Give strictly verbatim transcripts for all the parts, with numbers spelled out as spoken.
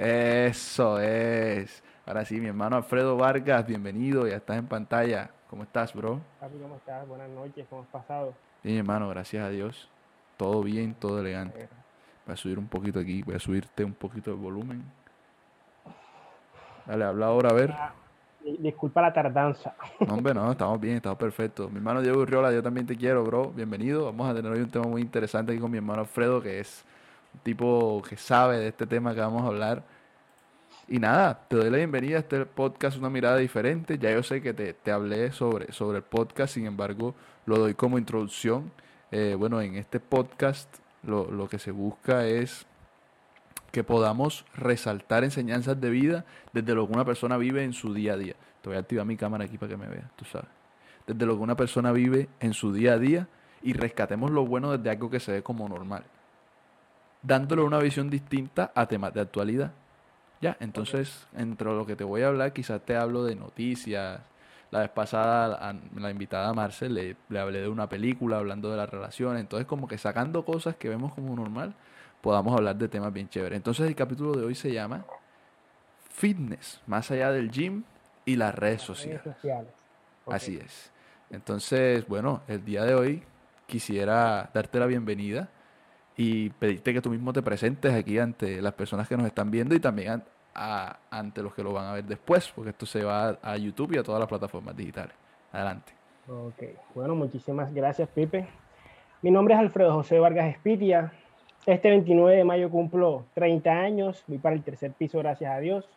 Eso es. Ahora sí, mi hermano Alfredo Vargas, bienvenido, ya estás en pantalla. ¿Cómo estás, bro? Papi, ¿cómo estás? Buenas noches, ¿cómo has pasado? Bien, hermano, gracias a Dios. Todo bien, todo Me elegante. alegra. Voy a subir un poquito aquí, voy a subirte un poquito el volumen. Dale, habla ahora, a ver. Ah, di- disculpa la tardanza. No, hombre, no, estamos bien, estamos perfectos. Mi hermano Diego Urriola, yo también te quiero, bro. Bienvenido. Vamos a tener hoy un tema muy interesante aquí con mi hermano Alfredo, que es un tipo que sabe de este tema que vamos a hablar. Y nada, te doy la bienvenida a este podcast, una mirada diferente. Ya yo sé que te, te hablé sobre, sobre el podcast, sin embargo, lo doy como introducción. Eh, bueno, en este podcast lo, lo que se busca es que podamos resaltar enseñanzas de vida desde lo que una persona vive en su día a día. Te voy a activar mi cámara aquí para que me veas, tú sabes. Desde lo que una persona vive en su día a día y rescatemos lo bueno desde algo que se ve como normal, dándole una visión distinta a temas de actualidad. Ya, Ok, entonces, entre lo que te voy a hablar, quizás te hablo de noticias. La vez pasada, a la invitada Marcel, le, le hablé de una película, hablando de las relaciones. Entonces, como que sacando cosas que vemos como normal, podamos hablar de temas bien chéveres. Entonces, el capítulo de hoy se llama Fitness, más allá del gym y las redes las redes sociales. sociales. Ok, Así es. Entonces, bueno, el día de hoy quisiera darte la bienvenida y pedirte que tú mismo te presentes aquí ante las personas que nos están viendo y también an- a- ante los que lo van a ver después, porque esto se va a, a YouTube y a todas las plataformas digitales. Adelante. ok. Bueno, muchísimas gracias, Pipe. Mi nombre es Alfredo José Vargas Espitia. Este veintinueve de mayo cumplo treinta años, voy para el tercer piso, gracias a Dios.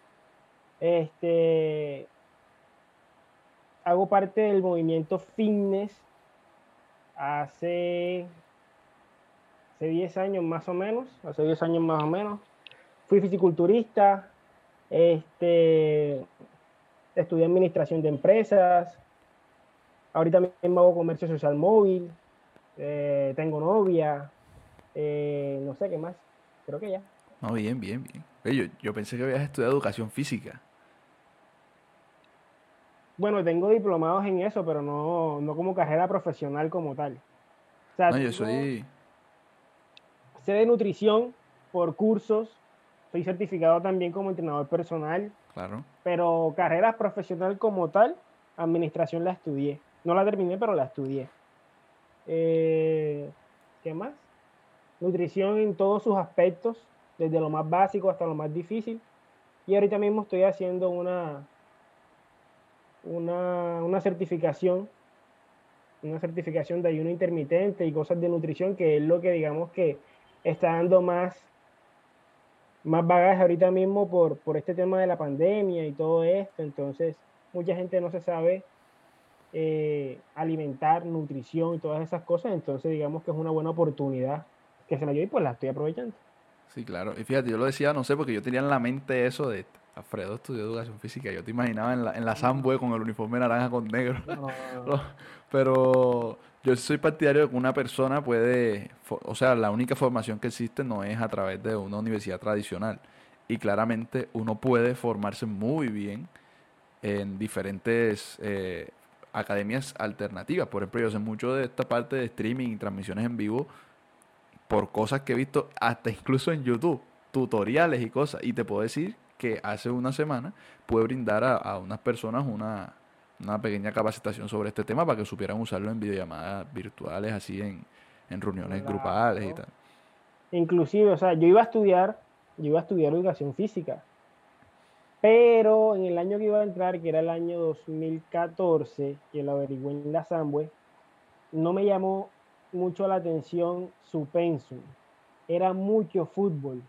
Este, hago parte del movimiento fitness hace, hace diez años más o menos, hace diez años más o menos. Fui fisiculturista, este, estudié administración de empresas, ahorita mismo hago comercio social móvil, eh, tengo novia, eh, no sé qué más, creo que ya. No, bien, bien, bien. Oye, yo, yo pensé que habías estudiado educación física. Bueno, tengo diplomados en eso, pero no, no como carrera profesional como tal. O sea, No, yo tengo, soy... sé de nutrición por cursos, soy certificado también como entrenador personal, Claro. pero carrera profesional como tal, administración la estudié. No la terminé, pero la estudié. Eh, ¿Qué más? Nutrición en todos sus aspectos, desde lo más básico hasta lo más difícil. Y ahorita mismo estoy haciendo una, una, una certificación, una certificación de ayuno intermitente y cosas de nutrición, que es lo que digamos que está dando más, más bagaje ahorita mismo por, por este tema de la pandemia y todo esto. Entonces, mucha gente no se sabe eh, alimentar, nutrición y todas esas cosas. Entonces, digamos que es una buena oportunidad que se me dio y pues la estoy aprovechando. Sí, claro. Y fíjate, yo lo decía, no sé, porque yo tenía en la mente eso de Alfredo estudió educación física. Yo te imaginaba en la, en la Samboe con el uniforme naranja con negro. No, no, no, No, no. pero yo soy partidario de que una persona puede, fo- o sea, la única formación que existe no es a través de una universidad tradicional. Y claramente uno puede formarse muy bien en diferentes eh, academias alternativas. Por ejemplo, yo sé mucho de esta parte de streaming y transmisiones en vivo por cosas que he visto hasta incluso en YouTube, tutoriales y cosas. Y te puedo decir que hace una semana pude brindar a, a unas personas una, una pequeña capacitación sobre este tema para que supieran usarlo en videollamadas virtuales, así en, en reuniones grupales y Claro. tal. Inclusive, o sea, yo iba a estudiar, yo iba a estudiar educación física, pero en el año que iba a entrar, que era el año dos mil catorce, que lo averigué en la Samhue, no me llamó mucho la atención su pensum. Era mucho fútbol.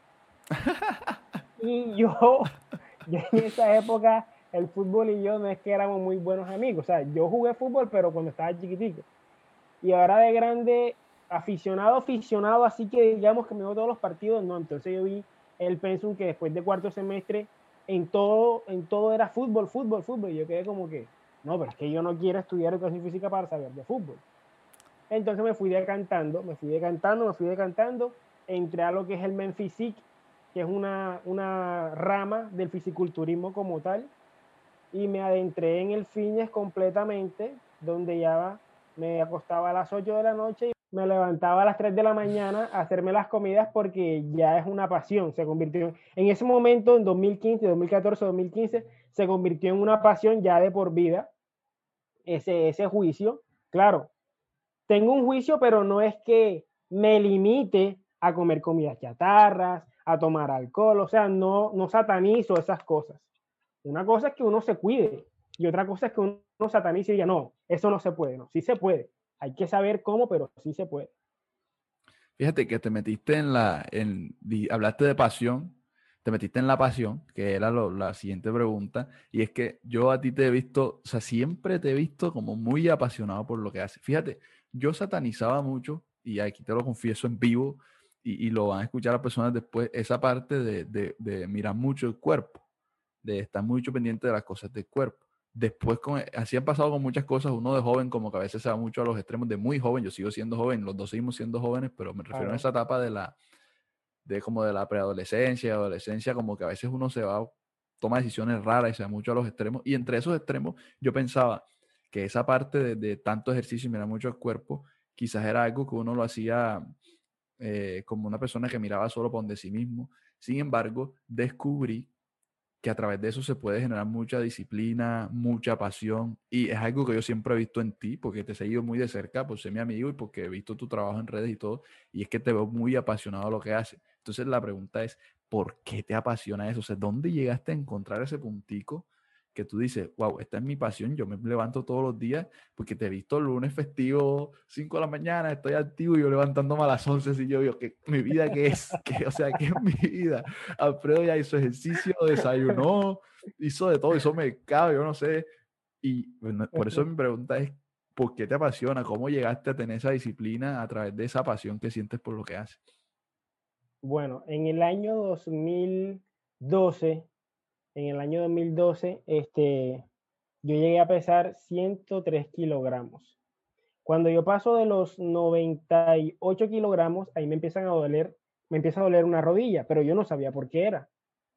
Y yo, yo en esa época, el fútbol y yo no es que éramos muy buenos amigos. O sea, yo jugué fútbol, pero cuando estaba chiquitico. Y ahora de grande, aficionado, aficionado, así que digamos que me veo todos los partidos, no. Entonces yo vi el pensum que después de cuarto semestre, en todo, en todo era fútbol, fútbol, fútbol. Y yo quedé como que, no, pero es que yo no quiero estudiar educación física para saber de fútbol. Entonces me fui decantando, me fui decantando, me fui decantando, entré a lo que es el Menfisic, que es una, una rama del fisiculturismo como tal, y me adentré en el fitness completamente, donde ya me acostaba a las ocho de la noche me levantaba a las tres de la mañana a hacerme las comidas porque ya es una pasión, se convirtió en ese momento, en dos mil quince, dos mil catorce, dos mil quince, se convirtió en una pasión ya de por vida, ese, ese juicio. Claro, tengo un juicio, pero no es que me limite a comer comidas chatarras, a tomar alcohol, o sea, no, no satanizo esas cosas. Una cosa es que uno se cuide y otra cosa es que uno satanice y diga, no, eso no se puede, no, sí se puede. Hay que saber cómo, pero sí se puede. Fíjate que te metiste en la, en, hablaste de pasión, te metiste en la pasión, que era lo, la siguiente pregunta, y es que yo a ti te he visto, o sea, siempre te he visto como muy apasionado por lo que haces. Fíjate, yo satanizaba mucho, y aquí te lo confieso en vivo, y, y lo van a escuchar las personas después, esa parte de, de, de mirar mucho el cuerpo, de estar mucho pendiente de las cosas del cuerpo. Después, con, así han pasado con muchas cosas, uno de joven como que a veces se va mucho a los extremos, de muy joven, yo sigo siendo joven, los dos seguimos siendo jóvenes, pero me refiero a Claro. esa etapa de la, de como de la preadolescencia, adolescencia, como que a veces uno se va, toma decisiones raras y se va mucho a los extremos, y entre esos extremos yo pensaba que esa parte de, de tanto ejercicio y mirar mucho el cuerpo, quizás era algo que uno lo hacía eh, como una persona que miraba solo por donde sí mismo. Sin embargo, descubrí que a través de eso se puede generar mucha disciplina, mucha pasión, y es algo que yo siempre he visto en ti, porque te he seguido muy de cerca por ser mi amigo y porque he visto tu trabajo en redes y todo, y es que te veo muy apasionado a lo que haces. Entonces la pregunta es, ¿por qué te apasiona eso? O sea, ¿dónde llegaste a encontrar ese puntico que tú dices, wow, esta es mi pasión, yo me levanto todos los días porque te he visto el lunes festivo, cinco de la mañana, estoy activo y yo levantándome a las once y yo digo, ¿qué, mi vida qué es? ¿Qué, o sea, ¿qué es mi vida? Alfredo ya hizo ejercicio, desayunó, hizo de todo, hizo mercado, yo no sé. Y bueno, por eso mi pregunta es, ¿por qué te apasiona? ¿Cómo llegaste a tener esa disciplina a través de esa pasión que sientes por lo que haces? Bueno, en el año dos mil doce, en el año dos mil doce, este, yo llegué a pesar ciento tres kilogramos. Cuando yo paso de los noventa y ocho kilogramos, ahí me empiezan a doler, me empieza a doler una rodilla, pero yo no sabía por qué era.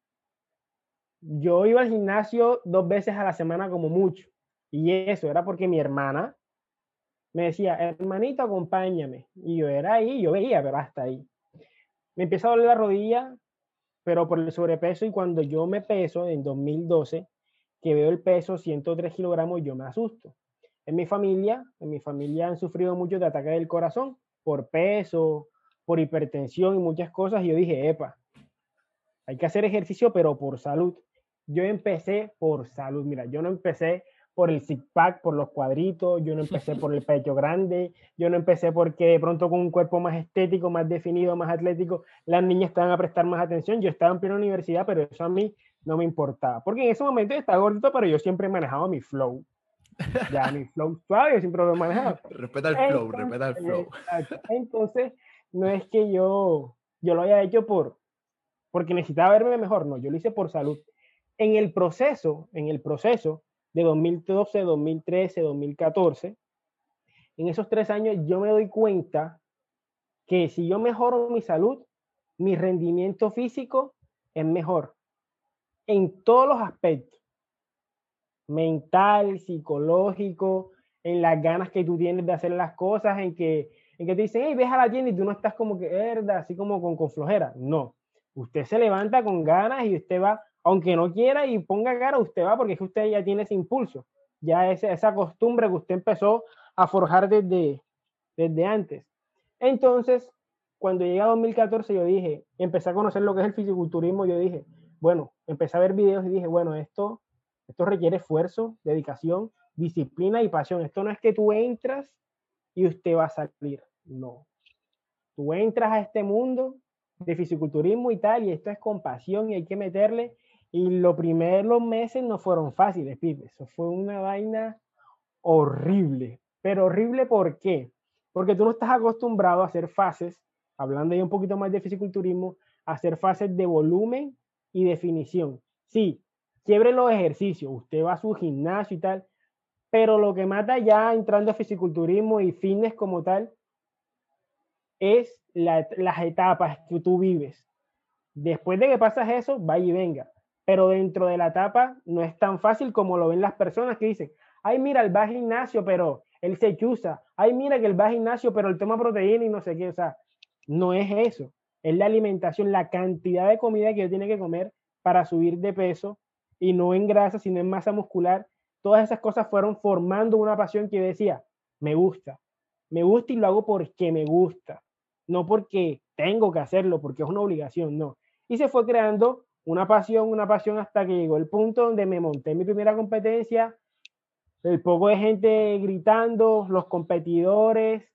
Yo iba al gimnasio dos veces a la semana como mucho. Y eso era porque mi hermana me decía, hermanito, acompáñame. Y yo era ahí, yo veía, pero hasta ahí. Me empieza a doler la rodilla, pero por el sobrepeso. Y cuando yo me peso en dos mil doce, que veo el peso ciento tres kilogramos, yo me asusto. En mi familia, en mi familia han sufrido mucho de ataques del corazón por peso, por hipertensión y muchas cosas. Y yo dije, epa, hay que hacer ejercicio, pero por salud. Yo empecé por salud. Mira, yo no empecé por el six pack, por los cuadritos, yo no empecé por el pecho grande, yo no empecé porque de pronto con un cuerpo más estético, más definido, más atlético, las niñas estaban a prestar más atención. Yo estaba en plena universidad, pero eso a mí no me importaba. Porque en ese momento yo estaba gordito, pero yo siempre manejaba mi flow. Ya mi flow suave, yo siempre lo he manejado. Respeta el flow, Entonces, respeta el flow. entonces, no es que yo, yo lo haya hecho por, porque necesitaba verme mejor, no, yo lo hice por salud. En el proceso, en el proceso de dos mil doce, dos mil trece, dos mil catorce, en esos tres años yo me doy cuenta que si yo mejoro mi salud, mi rendimiento físico es mejor en todos los aspectos, mental, psicológico, en las ganas que tú tienes de hacer las cosas, en que, en que te dicen, hey, ves a la tienda y tú no estás como que, herda, así como con, con flojera. No, usted se levanta con ganas y usted va, aunque no quiera y ponga cara, usted va porque es que usted ya tiene ese impulso, ya ese, esa costumbre que usted empezó a forjar desde, desde antes. Entonces, cuando llegué a dos mil catorce, yo dije, empecé a conocer lo que es el fisiculturismo, yo dije, bueno, empecé a ver videos y dije, bueno, esto, esto requiere esfuerzo, dedicación, disciplina y pasión. Esto no es que tú entras y usted va a salir, no. Tú entras a este mundo de fisiculturismo y tal, y esto es con pasión y hay que meterle. Y los primeros meses no fueron fáciles, Pipe. Eso fue una vaina horrible. Pero horrible, ¿por qué? Porque tú no estás acostumbrado a hacer fases, hablando ya un poquito más de fisiculturismo, a hacer fases de volumen y definición. Sí, quiebre los ejercicios, usted va a su gimnasio y tal, pero lo que mata ya entrando a fisiculturismo y fitness como tal es la, las etapas que tú vives. Después de que pasas eso, vaya y venga. Pero dentro de la etapa no es tan fácil como lo ven las personas que dicen, ay, mira, él va al gimnasio, pero él se chusa, ay, mira que él va al gimnasio, pero él toma proteína y no sé qué, o sea, no es eso, es la alimentación, la cantidad de comida que él tiene que comer para subir de peso, y no en grasa, sino en masa muscular. Todas esas cosas fueron formando una pasión que yo decía, me gusta, me gusta y lo hago porque me gusta, no porque tengo que hacerlo, porque es una obligación, no. Y se fue creando una pasión, una pasión hasta que llegó el punto donde me monté en mi primera competencia, el poco de gente gritando, los competidores,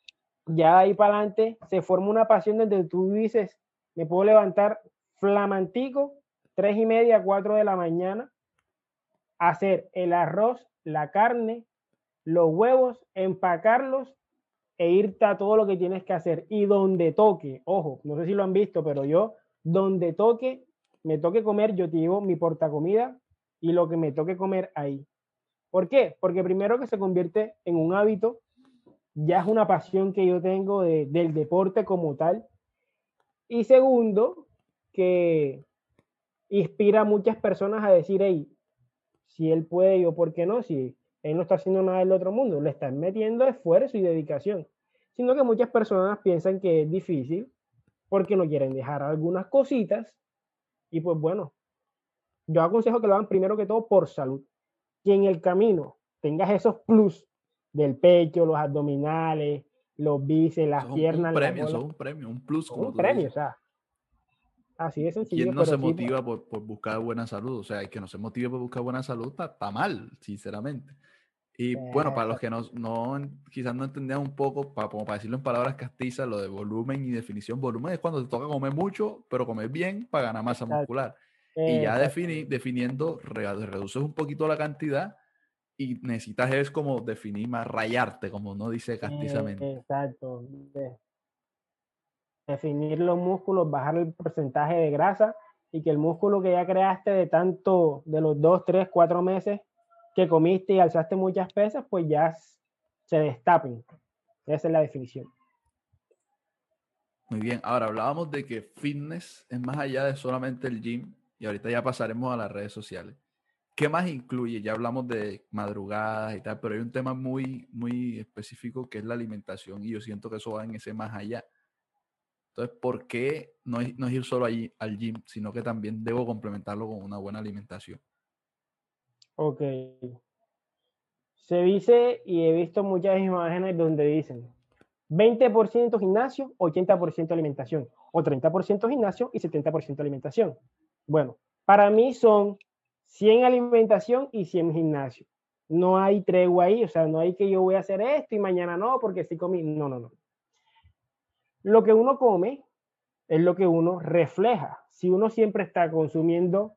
ya ahí para adelante se forma una pasión donde tú dices, me puedo levantar flamantico, tres y media, cuatro de la mañana, hacer el arroz, la carne, los huevos, empacarlos e irte a todo lo que tienes que hacer. Y donde toque, ojo, no sé si lo han visto, pero yo, donde toque, me toque comer, yo te llevo mi portacomida y lo que me toque comer ahí. ¿Por qué? Porque primero que se convierte en un hábito, ya es una pasión que yo tengo de, del deporte como tal. Y segundo, que inspira a muchas personas a decir, hey, si él puede, yo por qué no, si él no está haciendo nada del otro mundo, le están metiendo esfuerzo y dedicación, sino que muchas personas piensan que es difícil porque no quieren dejar algunas cositas y pues bueno, yo aconsejo que lo hagan primero que todo por salud, que en el camino tengas esos plus del pecho, los abdominales, los bíceps, las Eso es un, un piernas, las premio, eso bolas, es un premio, un plus, como un tú premio, dices. o sea, así de ¿Quién sencillo, no se pero sí, pues, motiva por, por buscar buena salud? O sea, el que no se motive por buscar buena salud está, está mal, sinceramente. Y bueno, para los que no, no quizás no entendían un poco, para, como para decirlo en palabras castizas, lo de volumen y definición. Volumen es cuando te toca comer mucho, pero comer bien para ganar masa exacto, muscular. Y ya defini, exactamente. definiendo, re, reduces un poquito la cantidad y necesitas es como definir más, rayarte, como uno dice castizamente. Exacto. De- definir los músculos, bajar el porcentaje de grasa y que el músculo que ya creaste de tanto, de los dos, tres, cuatro meses que comiste y alzaste muchas pesas, pues ya se destapen. Esa es la definición. Muy bien, ahora hablábamos de que fitness es más allá de solamente el gym y ahorita ya pasaremos a las redes sociales. ¿Qué más incluye? Ya hablamos de madrugadas y tal, pero hay un tema muy, muy específico que es la alimentación y yo siento que eso va en ese más allá. Entonces, ¿por qué no es, no es ir solo allí, al gym, sino que también debo complementarlo con una buena alimentación? Ok. Se dice y he visto muchas imágenes donde dicen veinte por ciento gimnasio, ochenta por ciento alimentación, o treinta por ciento gimnasio y setenta por ciento alimentación. Bueno, para mí son cien alimentación y cien gimnasio. No hay tregua ahí, o sea, no hay que yo voy a hacer esto y mañana no, porque si comí. No, no, no. Lo que uno come es lo que uno refleja. Si uno siempre está consumiendo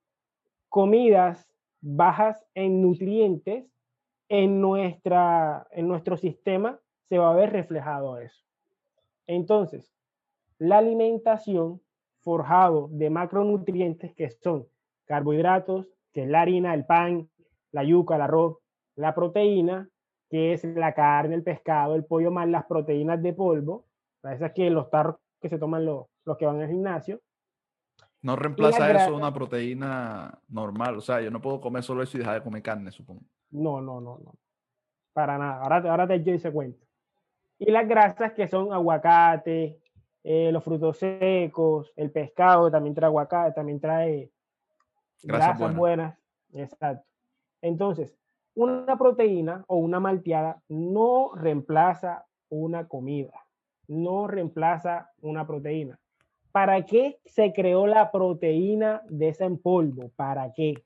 comidas bajas en nutrientes, en, nuestra, en nuestro sistema se va a ver reflejado eso. Entonces, la alimentación forjado de macronutrientes que son carbohidratos, que es la harina, el pan, la yuca, el arroz, la proteína, que es la carne, el pescado, el pollo, más las proteínas de polvo, esas que los tarros que se toman los, los que van al gimnasio, No y las reemplaza eso grasas. una proteína normal. O sea, yo no puedo comer solo eso y dejar de comer carne, supongo. No, no, no, no, para nada. Ahora, ahora te doy ese cuento. Y las grasas que son aguacate, eh, los frutos secos, el pescado también trae aguacate, también trae Grasas grasas buenas. buenas. Exacto. Entonces, una proteína o una malteada no reemplaza una comida, no reemplaza una proteína. ¿Para qué se creó la proteína de esa en polvo? ¿Para qué?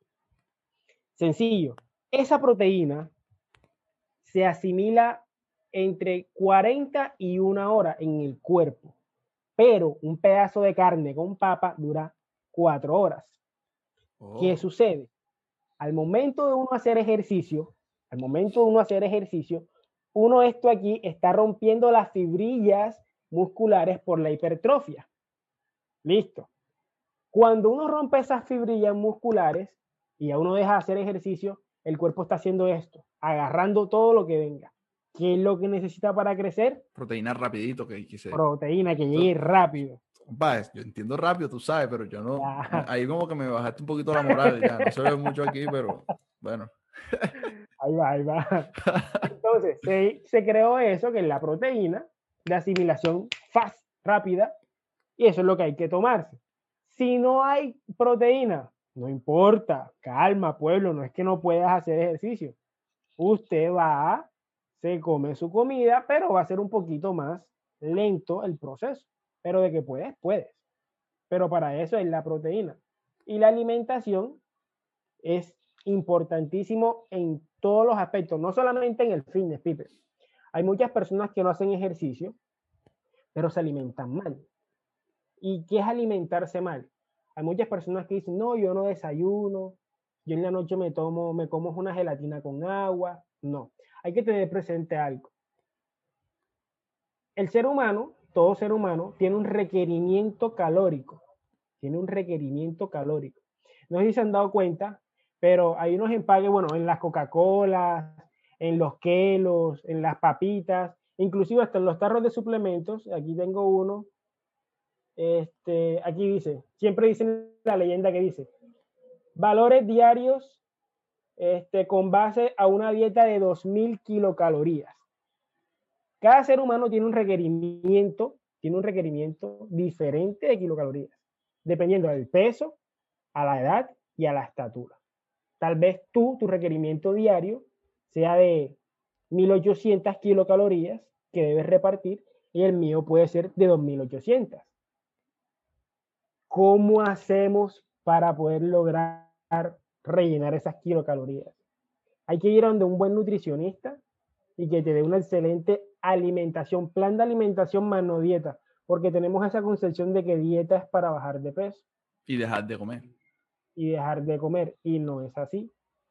Sencillo. Esa proteína se asimila entre cuarenta y una hora en el cuerpo, pero un pedazo de carne con papa dura cuatro horas. ¿Qué Oh. sucede? Al momento de uno hacer ejercicio, al momento de uno hacer ejercicio, uno esto aquí está rompiendo las fibrillas musculares por la hipertrofia. Listo. Cuando uno rompe esas fibrillas musculares y a uno deja de hacer ejercicio, el cuerpo está haciendo esto, agarrando todo lo que venga. ¿Qué es lo que necesita para crecer? Proteína rapidito que, que se... Proteína que Eso, llegue rápido. compa, yo entiendo rápido, tú sabes, pero yo no... Ya. Ahí como que me bajaste un poquito la moral, ya no se ve mucho aquí, pero bueno. Ahí va, ahí va. Entonces, se, se creó eso, que es la proteína de asimilación fast, rápida, y eso es lo que hay que tomarse. Si no hay proteína, no importa, calma, pueblo, no es que no puedas hacer ejercicio. Usted va, se come su comida, pero va a ser un poquito más lento el proceso. Pero de que puedes, puedes. Pero para eso es la proteína. Y la alimentación es importantísimo en todos los aspectos, no solamente en el fitness, Pipe. Hay muchas personas que no hacen ejercicio, pero se alimentan mal. ¿Y qué es alimentarse mal? Hay muchas personas que dicen, no, yo no desayuno, yo en la noche me tomo, me como una gelatina con agua. No, hay que tener presente algo. El ser humano, todo ser humano, tiene un requerimiento calórico. Tiene un requerimiento calórico. No sé si se han dado cuenta, pero hay unos empaques, bueno, en las Coca-Cola, en los Kelos, en las papitas, inclusive hasta en los tarros de suplementos. Aquí tengo uno. Este, aquí dice, siempre dicen la leyenda que dice, valores diarios este, con base a una dieta de dos mil kilocalorías. Cada ser humano tiene un requerimiento, tiene un requerimiento diferente de kilocalorías, dependiendo del peso, a la edad y a la estatura. Tal vez tú, tu requerimiento diario sea de mil ochocientas kilocalorías que debes repartir y el mío puede ser de dos mil ochocientas. ¿Cómo hacemos para poder lograr rellenar esas kilocalorías? Hay que ir a donde un buen nutricionista y que te dé una excelente alimentación, plan de alimentación más no dieta, porque tenemos esa concepción de que dieta es para bajar de peso. Y dejar de comer. Y dejar de comer, y no es así.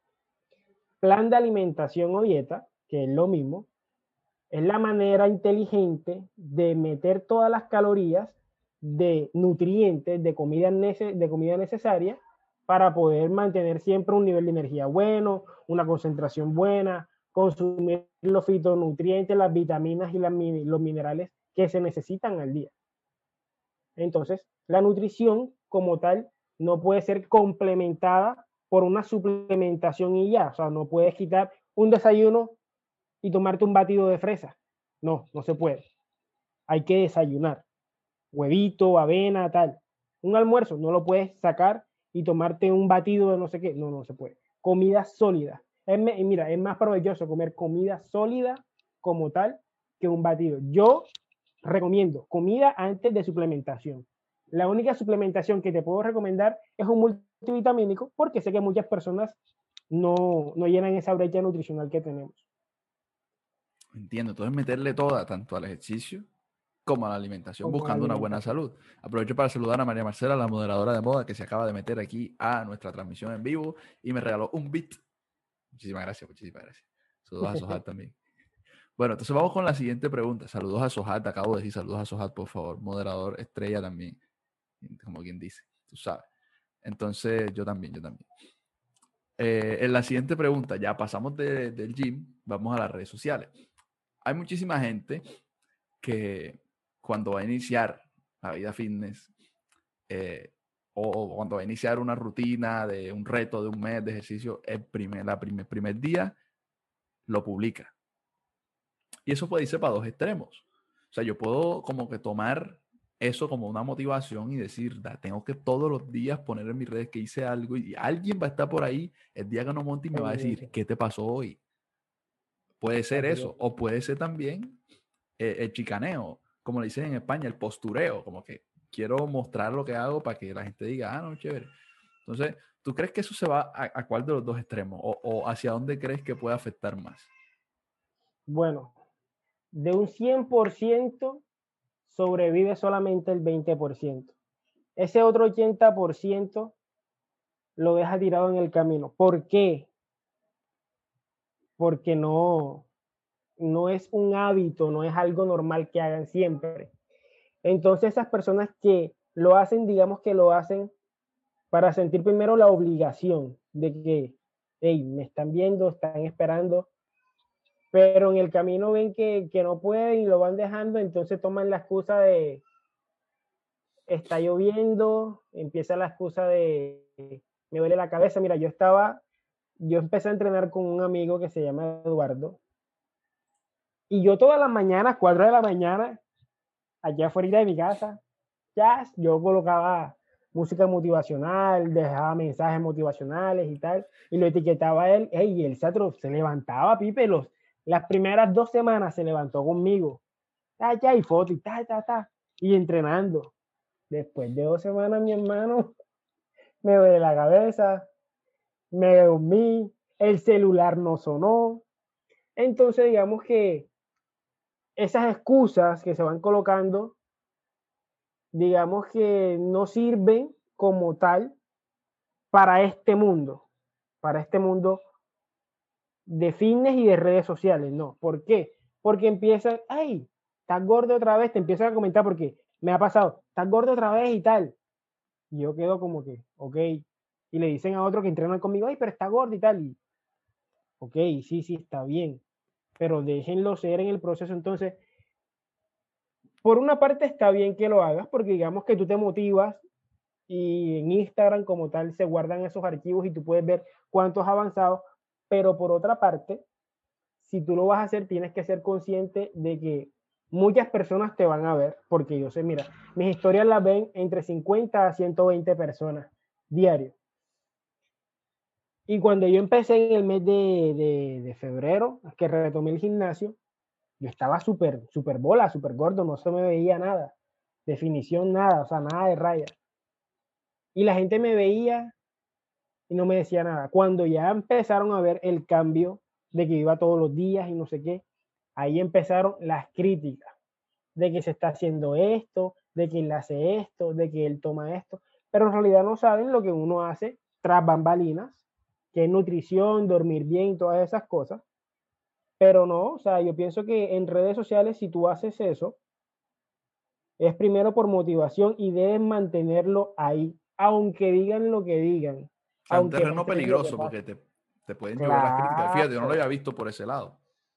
Plan de alimentación o dieta, que es lo mismo, es la manera inteligente de meter todas las calorías de nutrientes, de comida, nece de comida necesaria para poder mantener siempre un nivel de energía bueno, una concentración buena, consumir los fitonutrientes, las vitaminas y las, los minerales que se necesitan al día. Entonces, la nutrición como tal no puede ser complementada por una suplementación y ya. O sea, no puedes quitar un desayuno y tomarte un batido de fresa. No, no se puede. Hay que desayunar. Huevito, avena, tal. Un almuerzo no lo puedes sacar y tomarte un batido de no sé qué. No, no se puede. Comida sólida. Es, mira, es más provechoso comer comida sólida como tal que un batido. Yo recomiendo comida antes de suplementación. La única suplementación que te puedo recomendar es un multivitamínico porque sé que muchas personas no, no llenan esa brecha nutricional que tenemos. Entiendo, entonces meterle toda, tanto al ejercicio como a la alimentación, Como buscando una buena alimentación. salud. Aprovecho para saludar a María Marcela, la moderadora de moda, que se acaba de meter aquí a nuestra transmisión en vivo y me regaló un beat. Muchísimas gracias, muchísimas gracias. Saludos a Sohat también. Bueno, entonces vamos con la siguiente pregunta. Saludos a Sohat, acabo de decir saludos a Sohat, por favor. Moderador estrella también, como quien dice, tú sabes. Entonces, yo también, yo también. Eh, en la siguiente pregunta, ya pasamos de, del gym, vamos a las redes sociales. Hay muchísima gente que cuando va a iniciar la vida fitness eh, o, o, cuando va a iniciar una rutina de un reto de un mes de ejercicio, el primer, la primer, primer día lo publica. Y eso puede irse para dos extremos. O sea, yo puedo como que tomar eso como una motivación y decir, da, tengo que todos los días poner en mis redes que hice algo y alguien va a estar por ahí el día que no monte y me va a decir, ¿qué te pasó hoy? Puede ser Así eso. es. O puede ser también eh, el chicaneo, como le dicen en España, el postureo, como que quiero mostrar lo que hago para que la gente diga, ah, no, chévere. Entonces, ¿tú crees que eso se va a, a cuál de los dos extremos? O, ¿O hacia dónde crees que puede afectar más? Bueno, de un cien por ciento sobrevive solamente el veinte por ciento. Ese otro ochenta por ciento lo deja tirado en el camino. ¿Por qué? Porque no, no es un hábito, no es algo normal que hagan siempre. Entonces esas personas que lo hacen, digamos que lo hacen para sentir primero la obligación de que, hey, me están viendo, están esperando, pero en el camino ven que, que no pueden y lo van dejando, entonces toman la excusa de, está lloviendo, empieza la excusa de, me duele la cabeza. Mira, yo estaba yo empecé a entrenar con un amigo que se llama Eduardo. Y yo todas las mañanas, cuatro de la mañana, allá afuera de mi casa, ya yo colocaba música motivacional, dejaba mensajes motivacionales y tal, y lo etiquetaba a él, hey, y el Satro se levantaba, Pipe, los, las primeras dos semanas se levantó conmigo, ya, ya, y foto, y ta, ta, ta, y entrenando. Después de dos semanas, mi hermano, me duele la cabeza, me dormí, el celular no sonó. Entonces, digamos que esas excusas que se van colocando, digamos que no sirven como tal para este mundo, para este mundo de fitness y de redes sociales, no. ¿Por qué? Porque empiezan, ay, estás gordo otra vez, te empiezan a comentar porque me ha pasado, estás gordo otra vez y tal. Y yo quedo como que, ok. Y le dicen a otro que entrena conmigo, ay, pero está gordo y tal. Y, ok, sí, sí, está bien. Pero déjenlo ser en el proceso. Entonces, por una parte está bien que lo hagas porque digamos que tú te motivas y en Instagram como tal se guardan esos archivos y tú puedes ver cuánto has avanzado, pero por otra parte, si tú lo vas a hacer, tienes que ser consciente de que muchas personas te van a ver, porque yo sé, mira, mis historias las ven entre cincuenta a ciento veinte personas diario. Y cuando yo empecé en el mes de, de, de febrero, que retomé el gimnasio, yo estaba súper, súper bola, súper gordo, no se me veía nada, definición nada, o sea, nada de raya. Y la gente me veía y no me decía nada. Cuando ya empezaron a ver el cambio de que iba todos los días y no sé qué, ahí empezaron las críticas de que se está haciendo esto, de que él hace esto, de que él toma esto, pero en realidad no saben lo que uno hace tras bambalinas, que es nutrición, dormir bien, todas esas cosas. Pero no, o sea, yo pienso que en redes sociales, si tú haces eso, es primero por motivación y debes mantenerlo ahí, aunque digan lo que digan, O sea, un aunque terreno pase lo que peligroso porque pase. te, te pueden llover las críticas. Fíjate, yo no lo Claro. había visto por ese lado.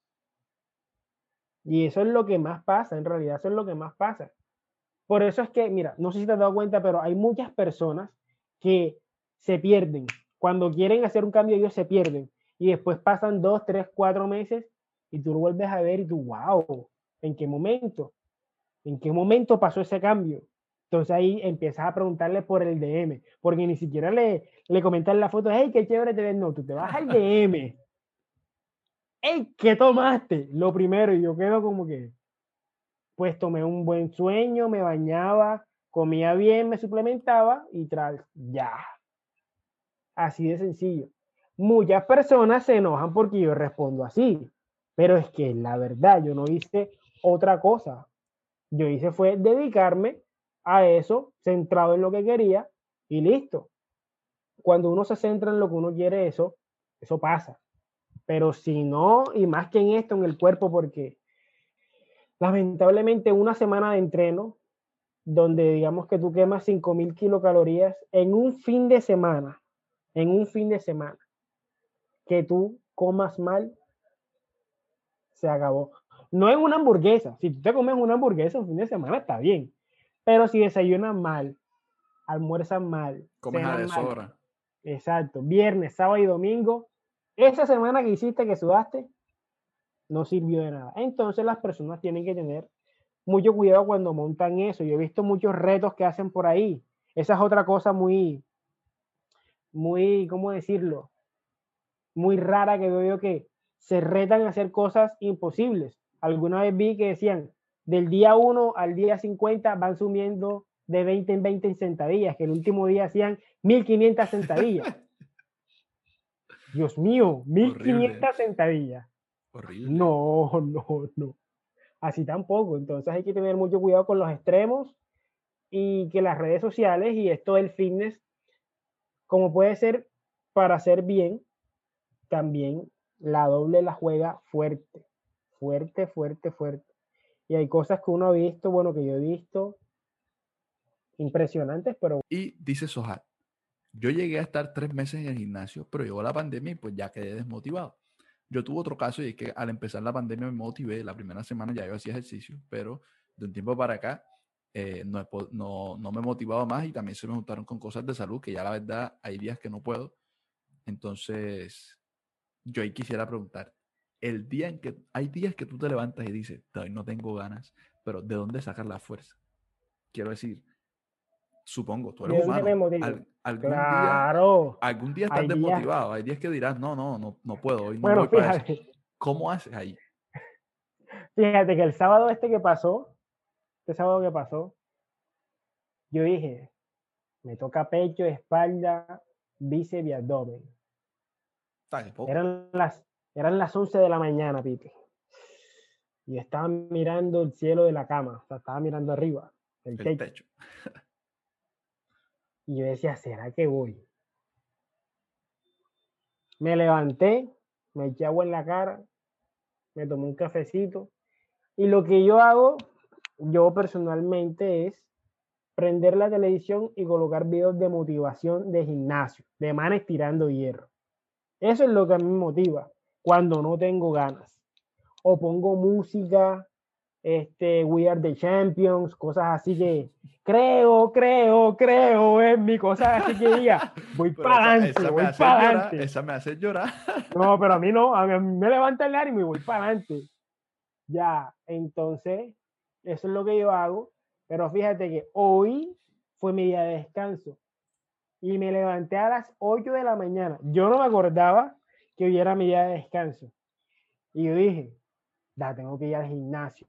Y eso es lo que más pasa, en realidad eso es lo que más pasa. Por eso es que, mira, no sé si te has dado cuenta, pero hay muchas personas que se pierden. Cuando quieren hacer un cambio, ellos se pierden. Y después pasan dos, tres, cuatro meses y tú lo vuelves a ver y tú, wow, ¿en qué momento? ¿En qué momento pasó ese cambio? Entonces ahí empiezas a preguntarle por el D M, porque ni siquiera le, le comentas la foto, hey, qué chévere te ves. No, tú te vas al D M. Hey, ¿qué tomaste? Lo primero, y yo quedo como que, pues tomé un buen sueño, me bañaba, comía bien, me suplementaba y tras, ya. Así de sencillo. Muchas personas se enojan porque yo respondo así, pero es que la verdad, yo no hice otra cosa. Yo hice fue dedicarme a eso, centrado en lo que quería y listo. Cuando uno se centra en lo que uno quiere, eso, eso pasa. Pero si no, y más que en esto, en el cuerpo, porque lamentablemente una semana de entreno, donde digamos que tú quemas cinco mil kilocalorías en un fin de semana, en un fin de semana, que tú comas mal, se acabó. No en una hamburguesa. Si tú te comes una hamburguesa un fin de semana, está bien. Pero si desayunas mal, almuerzas mal, Comes a cenas mal, deshora. exacto, viernes, sábado y domingo, esa semana que hiciste, que sudaste, no sirvió de nada. Entonces las personas tienen que tener mucho cuidado cuando montan eso. Yo he visto muchos retos que hacen por ahí. Esa es otra cosa muy, muy, ¿cómo decirlo? Muy rara que veo yo, que se retan a hacer cosas imposibles. Alguna vez vi que decían, del día uno al día cincuenta van subiendo de veinte en veinte en sentadillas, que el último día hacían mil quinientas sentadillas. Dios mío, mil Horrible, quinientas sentadillas. horrible. No, no, no. Así tampoco. Entonces hay que tener mucho cuidado con los extremos y que las redes sociales y esto del fitness, como puede ser para hacer bien, también la doble la juega fuerte, fuerte, fuerte, fuerte. Y hay cosas que uno ha visto, bueno, que yo he visto, impresionantes, pero Y dice Sohar, yo llegué a estar tres meses en el gimnasio, pero llegó la pandemia y pues ya quedé desmotivado. Yo tuve otro caso y es que al empezar la pandemia me motivé. La primera semana ya yo hacía ejercicio, pero de un tiempo para acá eh, no, he no, no me he motivado más y también se me juntaron con cosas de salud que ya la verdad hay días que no puedo. Entonces, yo ahí quisiera preguntar, el día en que, hay días que tú te levantas y dices, hoy no tengo ganas, pero ¿de dónde sacas la fuerza? Quiero decir, supongo, tú eres ¿De dónde me humano, motivo? al- algún día, Claro, algún día estás hay días. desmotivado, hay días que dirás, no, no, no, no puedo, hoy no Bueno, voy para eso. fíjate, ¿Cómo haces ahí? fíjate que el sábado este que pasó, este sábado que pasó, yo dije, me toca pecho, espalda, bíceps y abdomen. Está que poco, Eran las, eran las once de la mañana, Pipe. Y estaba mirando el cielo de la cama, o sea, estaba mirando arriba, el el techo. techo. Y yo decía, ¿será que voy? Me levanté, me eché agua en la cara, me tomé un cafecito. Y lo que yo hago, yo personalmente, es prender la televisión y colocar videos de motivación de gimnasio, de manes tirando hierro. Eso es lo que a mí me motiva cuando no tengo ganas. O pongo música, este, We Are the Champions, cosas así que creo, creo, creo en mi, cosas así que diga, voy Pero para esa, adelante, esa me voy hace para llorar, adelante. esa me hace llorar. No, pero a mí no, a mí me levanta el ánimo y voy para adelante. Ya, entonces, eso es lo que yo hago. Pero fíjate que hoy fue mi día de descanso y me levanté a las ocho de la mañana. Yo no me acordaba que hoy era mi día de descanso. Y yo dije, ya tengo que ir al gimnasio.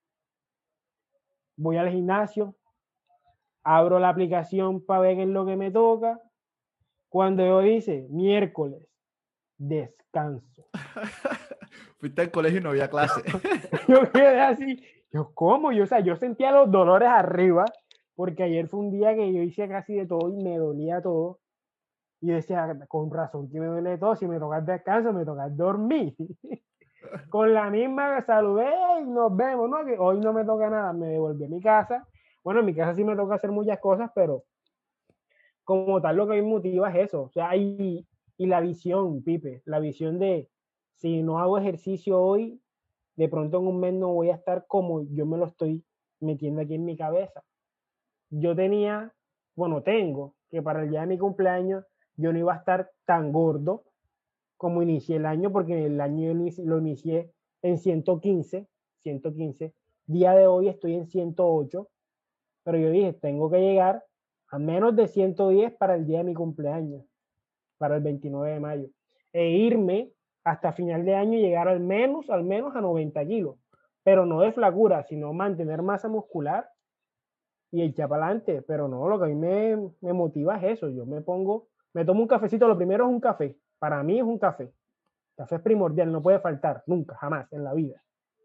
Voy al gimnasio, abro la aplicación para ver qué es lo que me toca. Cuando yo dice miércoles, descanso. Fuiste al colegio y no había clase. Yo quedé así, yo cómo, yo, o sea, yo sentía los dolores arriba, porque ayer fue un día que yo hice casi de todo y me dolía todo. Y yo decía, con razón que me duele todo, si me toca el descanso, me toca dormir. Con la misma saludé y nos vemos, ¿no? Que hoy no me toca nada, me devolví a mi casa. Bueno, en mi casa sí me toca hacer muchas cosas, pero como tal lo que me motiva es eso. O sea, y, y la visión, Pipe, la visión de si no hago ejercicio hoy, de pronto en un mes no voy a estar como yo me lo estoy metiendo aquí en mi cabeza. Yo tenía, bueno, tengo, que para el día de mi cumpleaños yo no iba a estar tan gordo como inicié el año, porque el año lo inicié en ciento quince, ciento quince. Día de hoy estoy en ciento ocho, pero yo dije, tengo que llegar a menos de ciento diez para el día de mi cumpleaños, para el veintinueve de mayo, e irme hasta final de año y llegar al menos, al menos a noventa kilos, pero no de flacura, sino mantener masa muscular y echar para adelante. Pero no, lo que a mí me, me motiva es eso. Yo me pongo, me tomo un cafecito, lo primero es un café, para mí es un café. Café es primordial, no puede faltar, nunca, jamás en la vida.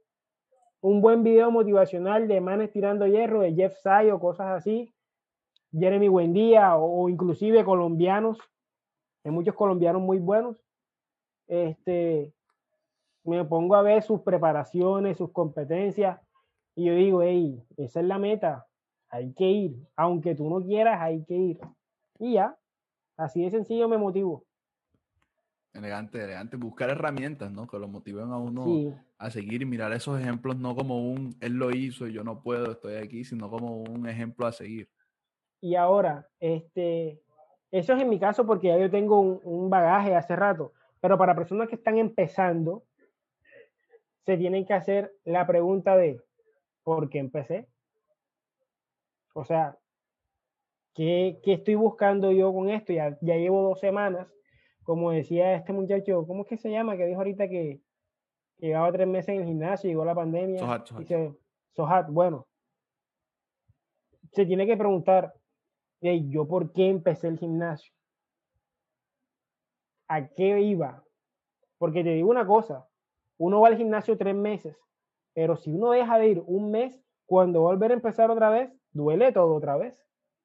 Un buen video motivacional de manes tirando hierro, de Jeff Say o cosas así, Jeremy Buendía o, o inclusive colombianos, hay muchos colombianos muy buenos. Este, me pongo a ver sus preparaciones, sus competencias y yo digo, hey, esa es la meta, hay que ir, aunque tú no quieras, hay que ir. Y ya, así de sencillo me motivo. Elegante, elegante. Buscar herramientas, ¿no? Que lo motiven a uno Sí, a seguir y mirar esos ejemplos no como un él lo hizo y yo no puedo, estoy aquí, sino como un ejemplo a seguir. y ahora, este, eso es en mi caso porque ya yo tengo un, un bagaje hace rato, pero para personas que están empezando, se tienen que hacer la pregunta de ¿por qué empecé? O sea, ¿qué, qué estoy buscando yo con esto? Ya, ya llevo dos semanas, como decía este muchacho, ¿cómo es que se llama? Que dijo ahorita que, que llevaba tres meses en el gimnasio, llegó la pandemia, Sohat, y Sohat. se, Sohat, bueno, se tiene que preguntar, hey, ¿yo por qué empecé el gimnasio? ¿A qué iba? Porque te digo una cosa, uno va al gimnasio tres meses, pero si uno deja de ir un mes, cuando volver a empezar otra vez, duele todo otra vez.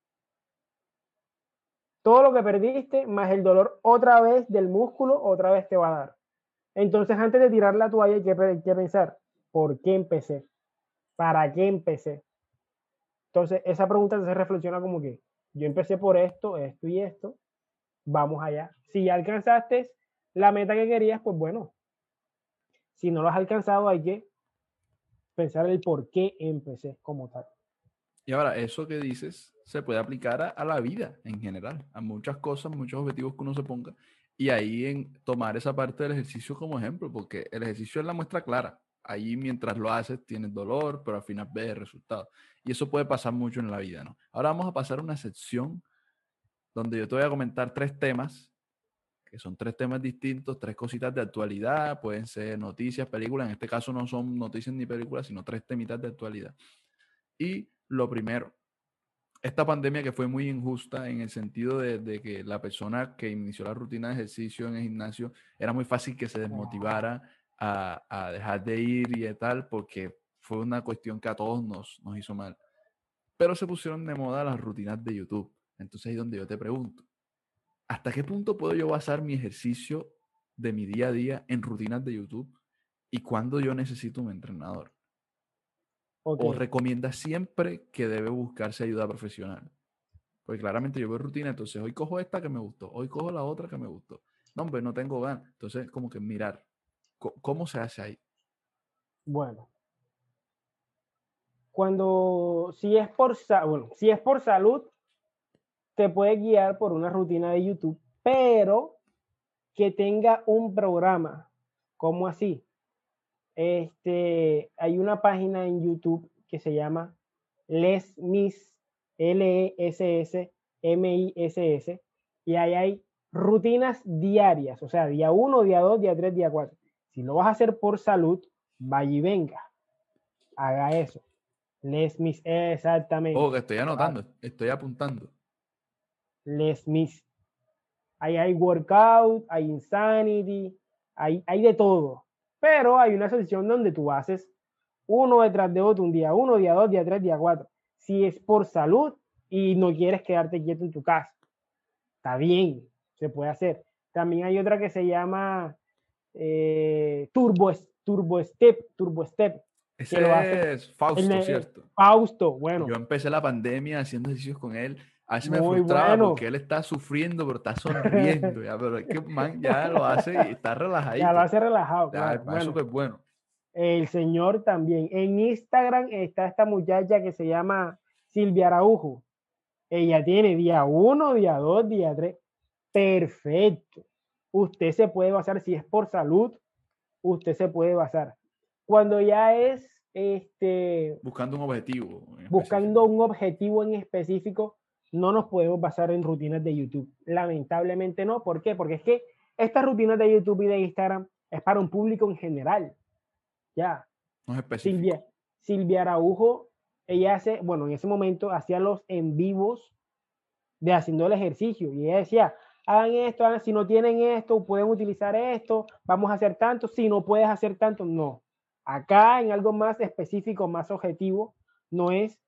Todo lo que perdiste, más el dolor otra vez del músculo, otra vez te va a dar. Entonces, antes de tirar la toalla, hay que, hay que pensar, ¿por qué empecé? ¿Para qué empecé? Entonces, esa pregunta se reflexiona como que yo empecé por esto, esto y esto, vamos allá. Si ya alcanzaste la meta que querías, pues bueno, si no lo has alcanzado, hay que pensar el por qué empecé como tal. Y ahora, eso que dices se puede aplicar a, a la vida en general, a muchas cosas, muchos objetivos que uno se ponga. Y ahí en tomar esa parte del ejercicio como ejemplo, porque el ejercicio es la muestra clara. Ahí mientras lo haces tienes dolor, pero al final ves el resultado. Y eso puede pasar mucho en la vida, ¿no? Ahora vamos a pasar a una sección donde yo te voy a comentar tres temas, que son tres temas distintos, tres cositas de actualidad, pueden ser noticias, películas, en este caso no son noticias ni películas, sino tres temitas de actualidad. Y lo primero, esta pandemia que fue muy injusta en el sentido de, de, que la persona que inició la rutina de ejercicio en el gimnasio era muy fácil que se desmotivara a, a dejar de ir y tal, porque fue una cuestión que a todos nos, nos hizo mal. Pero se pusieron de moda las rutinas de YouTube. Entonces ahí es donde yo te pregunto, ¿hasta qué punto puedo yo basar mi ejercicio de mi día a día en rutinas de YouTube? ¿Y cuándo yo necesito un entrenador? Ok, ¿O recomiendas siempre que debe buscarse ayuda profesional? Porque claramente yo veo rutina, entonces hoy cojo esta que me gustó, hoy cojo la otra que me gustó. No, hombre, no tengo ganas. Entonces, como que mirar, ¿cómo se hace ahí? bueno. Cuando, si es por, bueno, si es por salud, te puede guiar por una rutina de YouTube, pero que tenga un programa. ¿Cómo así? Este, hay una página en YouTube que se llama Les Mis, L E S S M I S S, y ahí hay rutinas diarias, o sea, día uno, día dos, día tres, día cuatro. Si lo vas a hacer por salud, vaya y venga, haga eso. Les Mis, Ojo, que exactamente. estoy anotando, estoy apuntando. Les Mis. Ahí hay workout, hay insanity, hay, hay de todo. Pero hay una sección donde tú haces uno detrás de otro, un día uno, día dos, día tres, día cuatro. Si es por salud y no quieres quedarte quieto en tu casa, está bien, se puede hacer. También hay otra que se llama eh, Turbo, Turbo Step, Turbo Step, que lo hace Ese es el, Fausto, el ¿cierto? Fausto. Yo Bueno, empecé la pandemia haciendo ejercicios con él. A veces me muy frustraba porque bueno. él está sufriendo, pero está sonriendo, ya, pero es que man ya lo hace y está Ya lo relajadito. hace relajado, Ya, claro. para eso que Bueno, es bueno. el señor también. En Instagram está esta muchacha que se llama Silvia Araujo. Ella tiene día uno, día dos, día tres. Perfecto. Usted se puede basar, si es por salud, usted se puede basar. Cuando ya es este, Buscando un objetivo en buscando específico. un objetivo en específico, no nos podemos basar en rutinas de YouTube. Lamentablemente no. ¿Por qué? Porque es que estas rutinas de YouTube y de Instagram es para un público en general. Ya. No es específico. Silvia, Silvia Araujo, ella hace, bueno, en ese momento hacía los en vivos de haciendo el ejercicio y ella decía, hagan esto, hagan, si no tienen esto, pueden utilizar esto, vamos a hacer tanto, si no puedes hacer tanto, no. Acá en algo más específico, más objetivo, no es,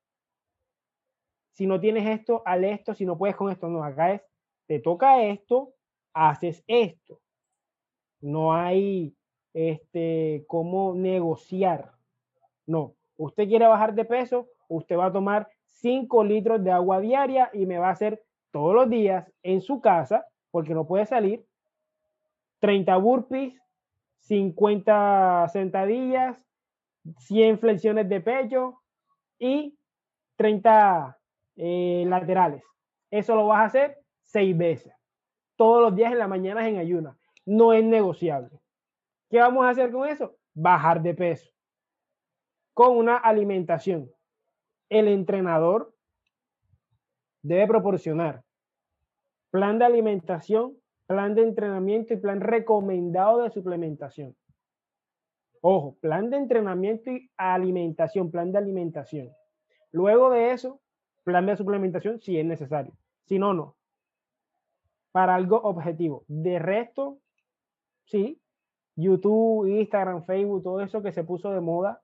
si no tienes esto, haz esto, si no puedes con esto, no, acá es, te toca esto, haces esto. No hay este, cómo negociar. No, usted quiere bajar de peso, usted va a tomar cinco litros de agua diaria y me va a hacer todos los días en su casa, porque no puede salir, treinta burpees, cincuenta sentadillas, cien flexiones de pecho y treinta eh, laterales. Eso lo vas a hacer seis veces, todos los días en la mañana en ayuna. No es negociable. ¿Qué vamos a hacer con eso? Bajar de peso con una alimentación. El entrenador debe proporcionar plan de alimentación, plan de entrenamiento y plan recomendado de suplementación. Ojo, plan de entrenamiento y alimentación, plan de alimentación. Luego de eso, plan de suplementación si es necesario. Si no, no. Para algo objetivo. De resto, sí, YouTube, Instagram, Facebook, todo eso que se puso de moda,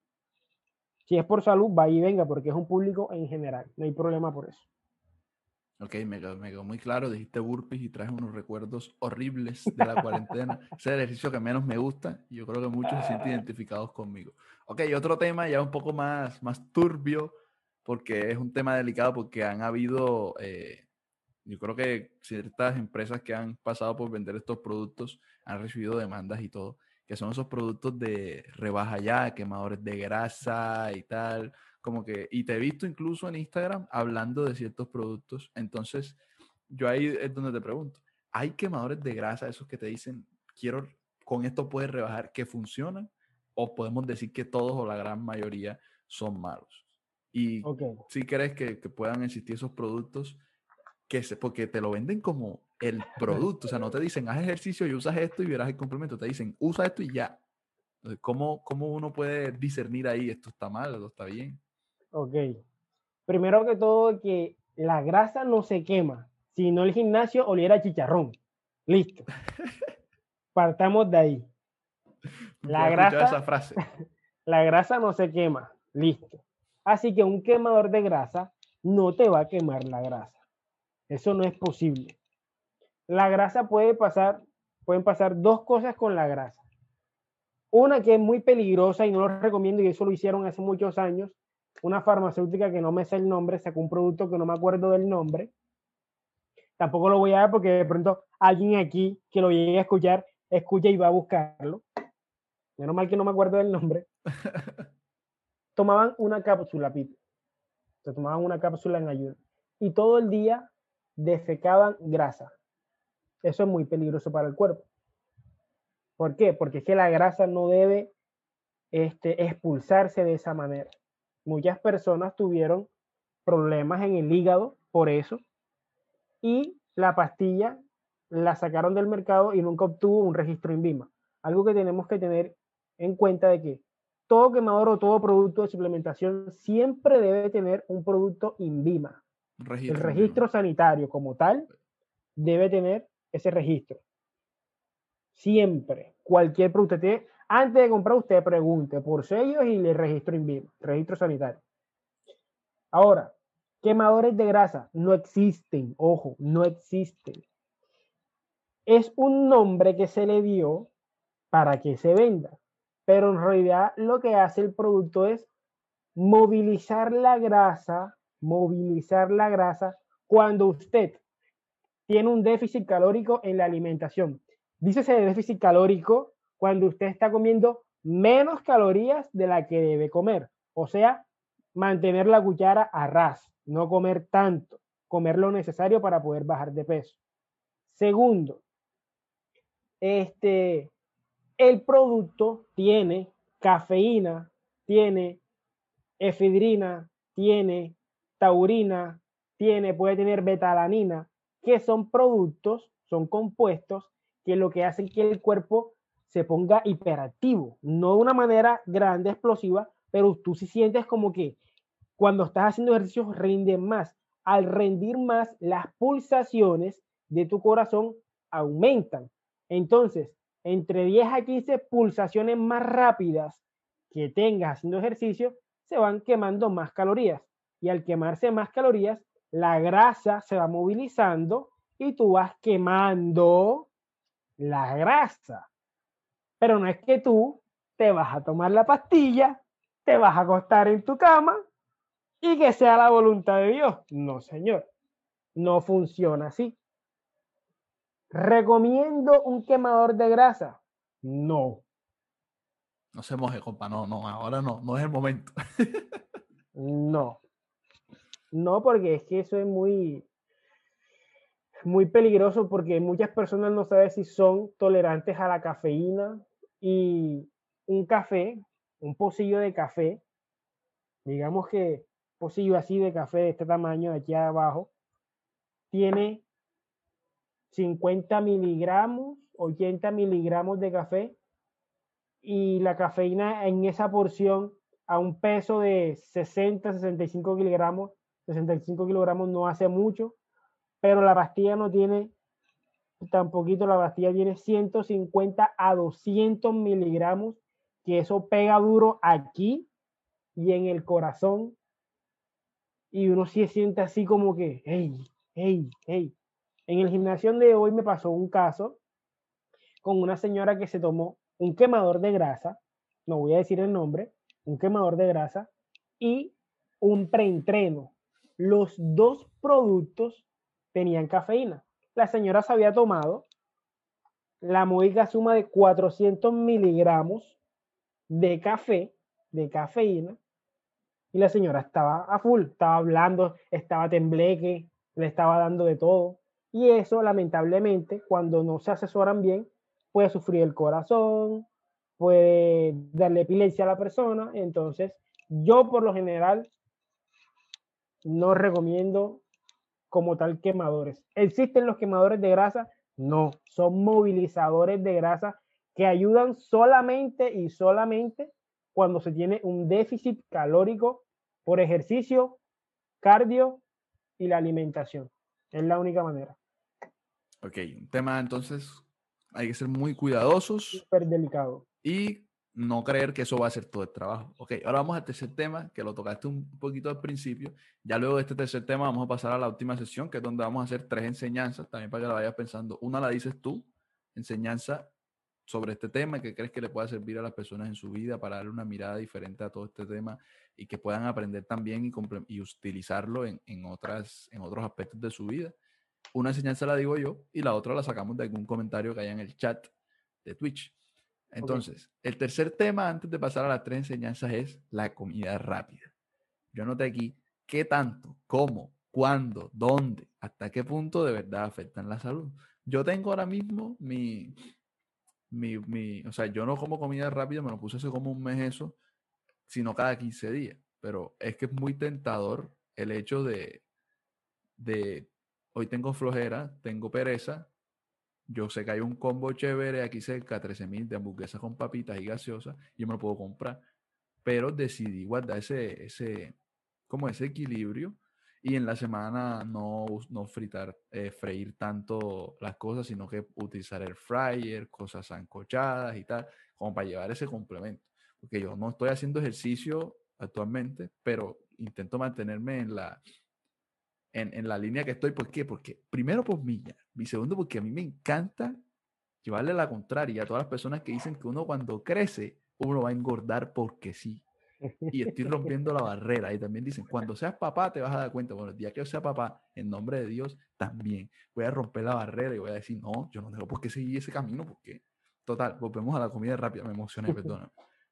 si es por salud, va y venga, porque es un público en general. No hay problema por eso. Ok, me quedó, me quedó muy claro. Dijiste burpees y traes unos recuerdos horribles de la cuarentena. Ese es el ejercicio que menos me gusta y yo creo que muchos se sienten identificados conmigo. Ok, otro tema ya un poco más, más turbio, porque es un tema delicado, porque han habido, eh, yo creo que ciertas empresas que han pasado por vender estos productos han recibido demandas y todo, que son esos productos de rebaja ya, quemadores de grasa y tal, como que, y te he visto incluso en Instagram hablando de ciertos productos, entonces yo ahí es donde te pregunto, hay quemadores de grasa, esos que te dicen, quiero, con esto puedes rebajar, que funcionan, o podemos decir que todos o la gran mayoría son malos. Y Ok. si crees que, que puedan existir esos productos, que se, porque te lo venden como el producto, o sea, no te dicen, haz ejercicio y usas esto y verás el complemento, te dicen, usa esto y ya. Entonces, ¿cómo, cómo uno puede discernir ahí, esto está mal, esto está bien? Ok. Primero que todo, que la grasa no se quema, sino el gimnasio oliera a chicharrón. Listo. Partamos de ahí. Nunca La he escuchado grasa, esa frase. la grasa no se quema. Listo. Así que un quemador de grasa no te va a quemar la grasa. Eso no es posible. La grasa puede pasar, pueden pasar dos cosas con la grasa. Una que es muy peligrosa y no lo recomiendo, y eso lo hicieron hace muchos años. Una farmacéutica que no me sé el nombre, sacó un producto que no me acuerdo del nombre. Tampoco lo voy a dar porque de pronto alguien aquí que lo llegue a escuchar, escucha y va a buscarlo. Menos mal que no me acuerdo del nombre. Tomaban una cápsula, Pipe. Se tomaban una cápsula en ayuno. Y todo el día defecaban grasa. Eso es muy peligroso para el cuerpo. ¿Por qué? Porque es que la grasa no debe este, expulsarse de esa manera. Muchas personas tuvieron problemas en el hígado por eso, y la pastilla la sacaron del mercado y nunca obtuvo un registro INVIMA. Algo que tenemos que tener en cuenta de que todo quemador o todo producto de suplementación siempre debe tener un producto INVIMA. Un El registro en vivo. registro sanitario como tal debe tener ese registro. Siempre, cualquier producto. Tiene, antes de comprar, usted pregunte por sellos y le registro INVIMA, registro sanitario. Ahora, quemadores de grasa no existen, ojo, no existen. Es un nombre que se le dio para que se venda, pero en realidad lo que hace el producto es movilizar la grasa, movilizar la grasa cuando usted tiene un déficit calórico en la alimentación. Dícese de déficit calórico cuando usted está comiendo menos calorías de la que debe comer. O sea, mantener la cuchara a ras, no comer tanto, comer lo necesario para poder bajar de peso. Segundo, este, el producto tiene cafeína, tiene efedrina, tiene taurina, tiene, puede tener betalanina, que son productos, son compuestos que lo que hacen que el cuerpo se ponga hiperactivo, no de una manera grande, explosiva, pero tú sí sientes como que cuando estás haciendo ejercicios rinde más. Al rendir más, las pulsaciones de tu corazón aumentan. Entonces, entre diez a quince pulsaciones más rápidas que tengas haciendo ejercicio, se van quemando más calorías. Y al quemarse más calorías, la grasa se va movilizando y tú vas quemando la grasa. Pero no es que tú te vas a tomar la pastilla, te vas a acostar en tu cama y que sea la voluntad de Dios. No, señor. No funciona así. ¿Recomiendo un quemador de grasa? No. No se moje, compa, no, no, ahora no, no es el momento. No. No, porque es que eso es muy, muy peligroso porque muchas personas no saben si son tolerantes a la cafeína, y un café, un pocillo de café, digamos que pocillo así de café de este tamaño de aquí abajo, tiene cincuenta miligramos, ochenta miligramos de café, y la cafeína en esa porción a un peso de sesenta, sesenta y cinco kilogramos, sesenta y cinco kilogramos no hace mucho, pero la pastilla no tiene tan poquito, la pastilla tiene ciento cincuenta a doscientos miligramos, que eso pega duro aquí y en el corazón, y uno sí se siente así como que, hey, hey, hey. En el gimnasio de hoy me pasó un caso con una señora que se tomó un quemador de grasa, no voy a decir el nombre, un quemador de grasa y un preentreno. Los dos productos tenían cafeína. La señora se había tomado la módica suma de cuatrocientos miligramos de café, de cafeína, y la señora estaba a full, estaba hablando, estaba tembleque, le estaba dando de todo. Y eso, lamentablemente, cuando no se asesoran bien, puede sufrir el corazón, puede darle epilepsia a la persona. Entonces, yo por lo general no recomiendo como tal quemadores. ¿Existen los quemadores de grasa? No, son movilizadores de grasa que ayudan solamente y solamente cuando se tiene un déficit calórico por ejercicio, cardio y la alimentación. Es la única manera. Ok, un tema entonces, hay que ser muy cuidadosos Súper delicado. y no creer que eso va a ser todo el trabajo. Ok, ahora vamos al tercer tema, que lo tocaste un poquito al principio. Ya luego de este tercer tema vamos a pasar a la última sesión, que es donde vamos a hacer tres enseñanzas, también para que la vayas pensando. Una la dices tú, enseñanza sobre este tema, que crees que le pueda servir a las personas en su vida para darle una mirada diferente a todo este tema y que puedan aprender también y, y utilizarlo en, en, otras, en otros aspectos de su vida. Una enseñanza la digo yo y la otra la sacamos de algún comentario que haya en el chat de Twitch. Entonces, okay. El tercer tema antes de pasar a las tres enseñanzas es la comida rápida. Yo anoté aquí qué tanto, cómo, cuándo, dónde, hasta qué punto de verdad afectan la salud. Yo tengo ahora mismo mi, mi, mi, o sea, yo no como comida rápida, me lo puse hace como un mes eso, sino cada quince días. Pero es que es muy tentador el hecho de, de hoy tengo flojera, tengo pereza. Yo sé que hay un combo chévere aquí cerca, trece mil de hamburguesas con papitas y gaseosas, y yo me lo puedo comprar. Pero decidí guardar ese, ese, como ese equilibrio y en la semana no, no fritar, eh, freír tanto las cosas, sino que utilizar el fryer, cosas sancochadas y tal, como para llevar ese complemento. Porque yo no estoy haciendo ejercicio actualmente, pero intento mantenerme en la, en, en la línea que estoy. ¿Por qué? Porque primero por milla, y segundo porque a mí me encanta llevarle la contraria a todas las personas que dicen que uno cuando crece, uno va a engordar porque sí. Y estoy rompiendo la barrera. Y también dicen, cuando seas papá te vas a dar cuenta. Bueno, el día que yo sea papá, en nombre de Dios, también voy a romper la barrera y voy a decir, no, yo no tengo por qué seguir ese camino, porque, total, volvemos a la comida rápida, me emocioné, perdona.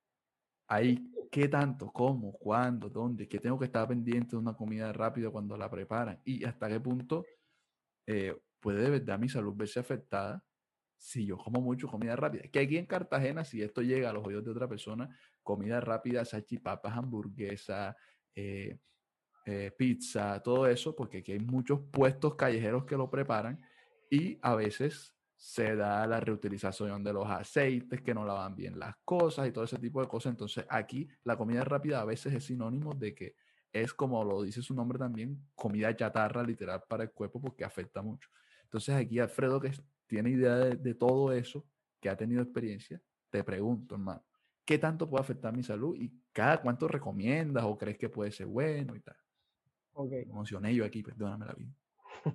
Ahí, ¿qué tanto? ¿Cómo? ¿Cuándo? ¿Dónde? ¿Qué tengo que estar pendiente de una comida rápida cuando la preparan? Y hasta qué punto eh, puede de verdad mi salud verse afectada si yo como mucho comida rápida. Que aquí en Cartagena, si esto llega a los oídos de otra persona, comida rápida, salchipapas, hamburguesa, eh, eh, pizza, todo eso, porque aquí hay muchos puestos callejeros que lo preparan y a veces se da la reutilización de los aceites, que no lavan bien las cosas y todo ese tipo de cosas. Entonces aquí la comida rápida a veces es sinónimo de que es, como lo dice su nombre también, comida chatarra literal para el cuerpo porque afecta mucho. Entonces aquí Alfredo, que tiene idea de, de todo eso, que ha tenido experiencia, te pregunto, hermano, ¿qué tanto puede afectar mi salud y cada cuánto recomiendas o crees que puede ser bueno y tal? Okay. Me emocioné yo aquí, perdóname la vida.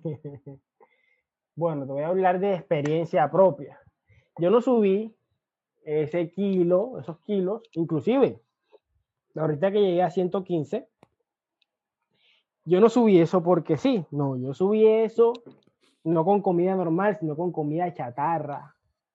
Bueno, te voy a hablar de experiencia propia. Yo no subí ese kilo, esos kilos, inclusive, ahorita que llegué a ciento quince, yo no subí eso porque sí, no, yo subí eso no con comida normal, sino con comida chatarra.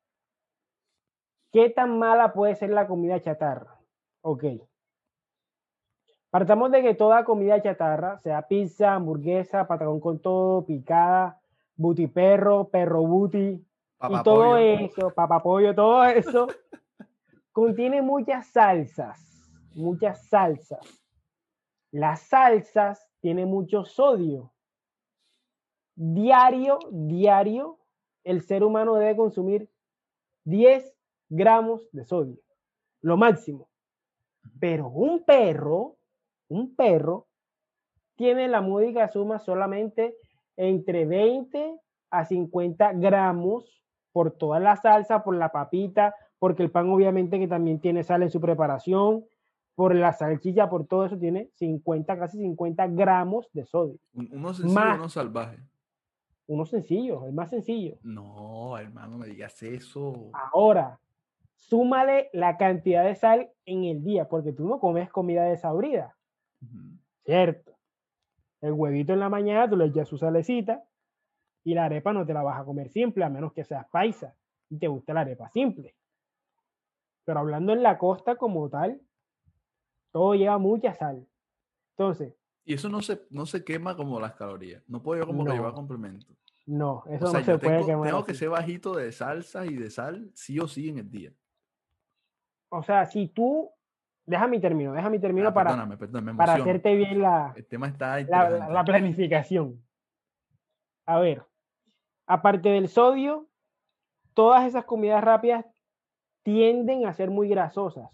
¿Qué tan mala puede ser la comida chatarra? Ok. Partamos de que toda comida chatarra, sea pizza, hamburguesa, patacón con todo, picada, buti perro, perro buti, y todo eso, papapollo, todo eso, contiene muchas salsas, muchas salsas. Las salsas tienen mucho sodio. Diario, diario, el ser humano debe consumir diez gramos de sodio, lo máximo. Pero un perro, un perro, tiene la módica suma solamente entre veinte a cincuenta gramos por toda la salsa, por la papita, porque el pan obviamente que también tiene sal en su preparación, por la salchicha, por todo eso tiene cincuenta, casi cincuenta gramos de sodio. ¿Uno sencillo o uno salvaje? Uno sencillo, el más sencillo. No, hermano, me digas eso. Ahora, súmale la cantidad de sal en el día, porque tú no comes comida desabrida, uh-huh. ¿Cierto? El huevito en la mañana tú le echas su salecita y la arepa no te la vas a comer simple, a menos que seas paisa y te guste la arepa simple. Pero hablando en la costa como tal, todo lleva mucha sal. Entonces... Y eso no se, no se quema como las calorías. No puedo yo como no, que llevar complemento. No, O eso sea, no se yo puede tengo, quemar tengo que así. ser bajito de salsa y de sal, sí o sí en el día. O sea, si tú, deja mi término, deja mi Ah, término para, perdóname, perdón, me para emociono. hacerte bien la, El tema está la, la- interesante. la planificación. A ver, aparte del sodio, todas esas comidas rápidas tienden a ser muy grasosas.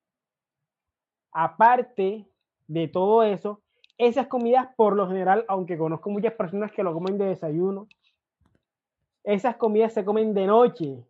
Aparte de todo eso, esas comidas por lo general, aunque conozco muchas personas que lo comen de desayuno, esas comidas se comen de noche.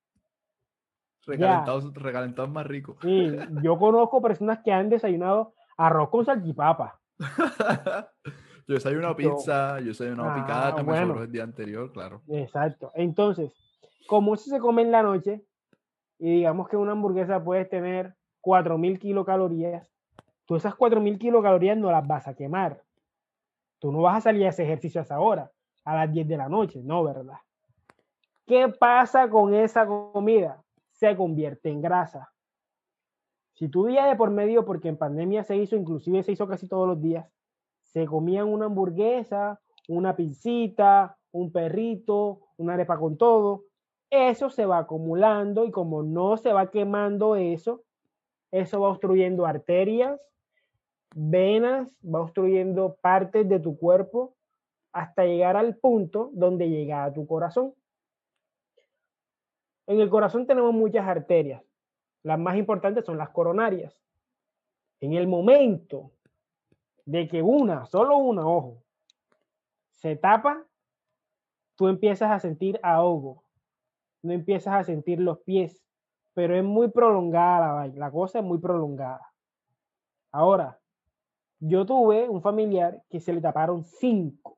Ya, Recalentados, recalentados más ricos. sí, yo conozco personas que han desayunado arroz con salchipapa. Yo desayuno Yo, pizza, yo desayuno picada ah, que me sobró bueno, el día anterior, claro. exacto. Entonces, como eso se come en la noche, y digamos que una hamburguesa puede tener cuatro mil kilocalorías, tú esas cuatro mil kilocalorías no las vas a quemar. Tú no vas a salir a ese ejercicio a esa hora, a las diez de la noche, no, ¿verdad? ¿Qué pasa con esa comida? Se convierte en grasa. Si tú día de por medio, porque en pandemia se hizo, inclusive se hizo casi todos los días, se comían una hamburguesa, una pizzita, un perrito, una arepa con todo, eso se va acumulando y como no se va quemando eso, eso va obstruyendo arterias, venas, va obstruyendo partes de tu cuerpo hasta llegar al punto donde llega a tu corazón. En el corazón tenemos muchas arterias. Las más importantes son las coronarias. En el momento de que una, solo una, ojo, se tapa, tú empiezas a sentir ahogo, no empiezas a sentir los pies, pero es muy prolongada la, la cosa es muy prolongada. Ahora, yo tuve un familiar que se le taparon cinco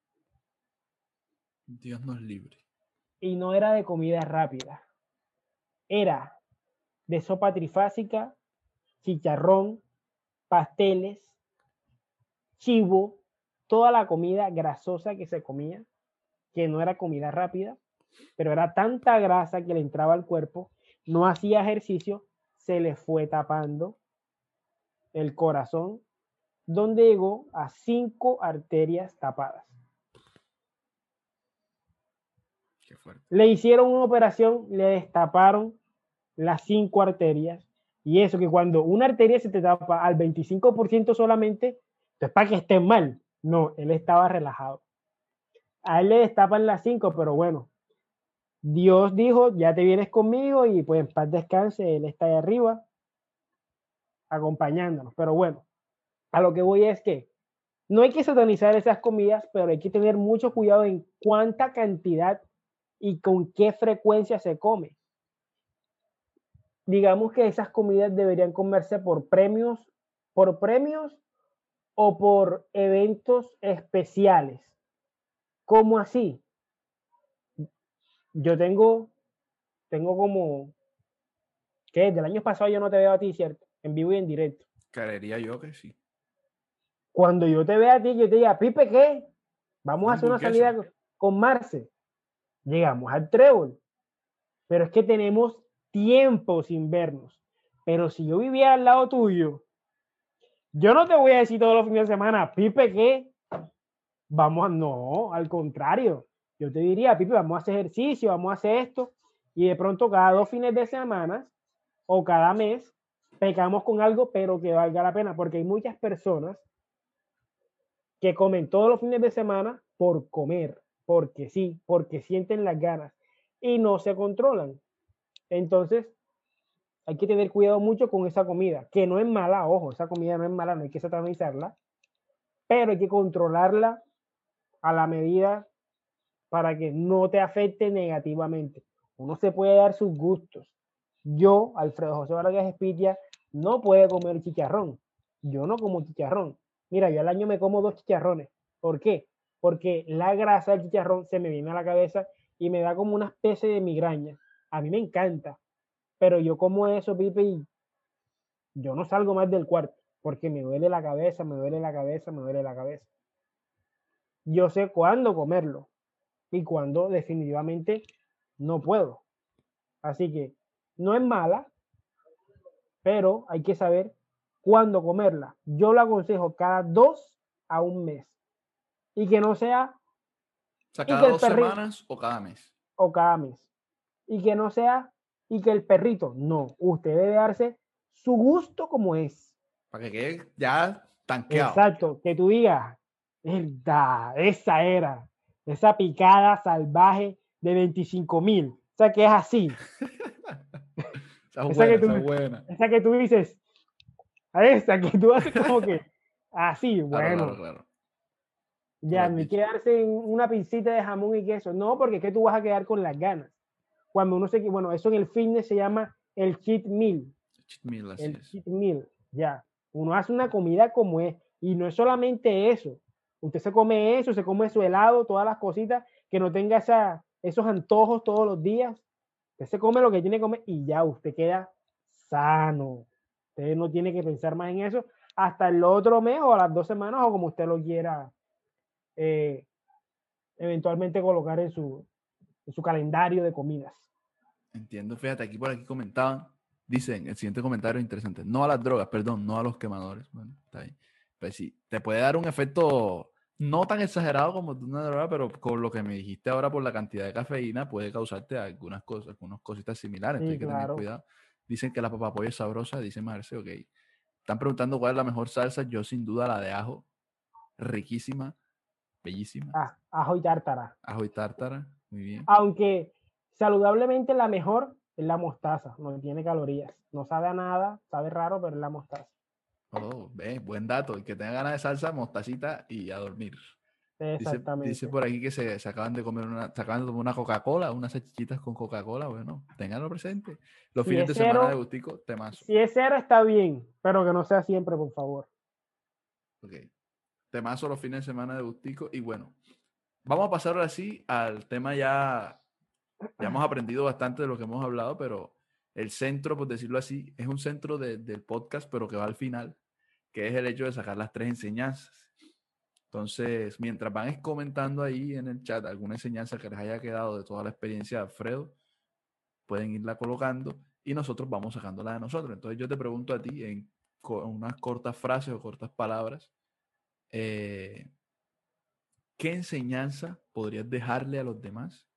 Dios nos libre. y no era de comida rápida, era de sopa trifásica, chicharrón, pasteles, chivo, toda la comida grasosa que se comía, que no era comida rápida, pero era tanta grasa que le entraba al cuerpo, no hacía ejercicio, se le fue tapando el corazón, donde llegó a cinco arterias tapadas. Qué fuerte. Le hicieron una operación, le destaparon las cinco arterias, y eso que cuando una arteria se te tapa al veinticinco por ciento solamente, entonces para que estés mal. No, él estaba relajado. A él le destapan las cinco, pero bueno, Dios dijo, ya te vienes conmigo y pues en paz descanse, él está ahí arriba acompañándonos. Pero bueno, a lo que voy es que no hay que satanizar esas comidas, pero hay que tener mucho cuidado en cuánta cantidad y con qué frecuencia se come. Digamos que esas comidas deberían comerse por premios, por premios o por eventos especiales. ¿Cómo así? Yo tengo, tengo como, ¿qué? Del año pasado yo no te veo a ti, ¿cierto? En vivo y en directo. Creería yo que sí. Cuando yo te vea a ti, yo te diga, Pipe, ¿qué? Vamos Una a hacer una hamburguesa. salida con Marce. Llegamos al trébol. Pero es que tenemos tiempo sin vernos. Pero si yo viviera al lado tuyo, yo no te voy a decir todos los fines de semana, Pipe, ¿qué? Vamos a, no, al contrario. Yo te diría, Pipe, vamos a hacer ejercicio, vamos a hacer esto. Y de pronto cada dos fines de semana o cada mes pecamos con algo, pero que valga la pena, porque hay muchas personas que comen todos los fines de semana por comer, porque sí, porque sienten las ganas y no se controlan. Entonces, hay que tener cuidado mucho con esa comida, que no es mala, ojo, esa comida no es mala, no hay que satanizarla, pero hay que controlarla a la medida para que no te afecte negativamente. Uno se puede dar sus gustos. Yo, Alfredo José Vargas Espitia, no puedo comer chicharrón. Yo no como chicharrón. Mira, yo al año me como dos chicharrones. ¿Por qué? Porque la grasa del chicharrón se me viene a la cabeza y me da como una especie de migraña. A mí me encanta, pero yo como eso, Pipe, y yo no salgo más del cuarto porque me duele la cabeza, me duele la cabeza, me duele la cabeza. Yo sé cuándo comerlo y cuándo definitivamente no puedo. Así que no es mala, pero hay que saber cuándo comerla. Yo lo aconsejo cada dos a un mes y que no sea sea, Y cada que el dos perrito, semanas o cada mes. o cada mes. Y que no sea, y que el perrito, no, usted debe darse su gusto como es. Para que quede ya tanqueado. Exacto, que tú digas, verdad, esa era, esa picada salvaje de veinticinco mil. O sea, que es así. Esa es Esa que buena, tú, esa es buena. esa que tú dices, a esa que tú haces como que así, Claro, claro, bueno, claro. Tú lo ya has no hay que dicho. darse en una pincita de jamón y queso. No, porque es que tú vas a quedar con las ganas. Cuando uno se, bueno, eso en el fitness se llama el cheat meal. Cheat meal, así El es. cheat meal, ya. Uno hace una comida como es. Y no es solamente eso. Usted se come eso, se come su helado, todas las cositas, que no tenga esa, esos antojos todos los días. Usted se come lo que tiene que comer y ya usted queda sano. Usted no tiene que pensar más en eso hasta el otro mes o a las dos semanas o como usted lo quiera eh, eventualmente colocar en su, en su calendario de comidas. Entiendo, fíjate, aquí por aquí comentaban, dicen, el siguiente comentario es interesante, no a las drogas, perdón, no a los quemadores. Bueno, está bien. Pues sí, te puede dar un efecto no tan exagerado como de una droga, pero con lo que me dijiste ahora por la cantidad de cafeína puede causarte algunas cosas, algunas cositas similares, entonces Sí, hay que tener claro. cuidado. Dicen que la papaya es sabrosa, dice Marce, ok. Están preguntando cuál es la mejor salsa, yo sin duda la de ajo, riquísima, bellísima. Ah, ajo y tártara. Ajo y tártara, muy bien. Aunque saludablemente la mejor es la mostaza, no tiene calorías. No sabe a nada, sabe raro, pero es la mostaza. Oh, ve, buen dato. El que tenga ganas de salsa, mostacita y a dormir. Dice, dice Exactamente. por aquí que se, se acaban de comer una, se acaban de tomar una Coca-Cola, unas salchichitas con Coca-Cola. Bueno, ténganlo presente. Los Si fines es de semana de cero, gustico, temazo. si es cero está bien, pero que no sea siempre, por favor. Ok. Temazo los fines de semana de gustico. Y bueno, vamos a pasar ahora sí al tema ya. Ya hemos aprendido bastante de lo que hemos hablado, pero el centro, por decirlo así, es un centro de, del podcast, pero que va al final, que es el hecho de sacar las tres enseñanzas. Entonces, mientras van comentando ahí en el chat alguna enseñanza que les haya quedado de toda la experiencia de Alfredo, pueden irla colocando y nosotros vamos sacándola de nosotros. Entonces, yo te pregunto a ti en unas cortas frases o cortas palabras, eh, ¿qué enseñanza podrías dejarle a los demás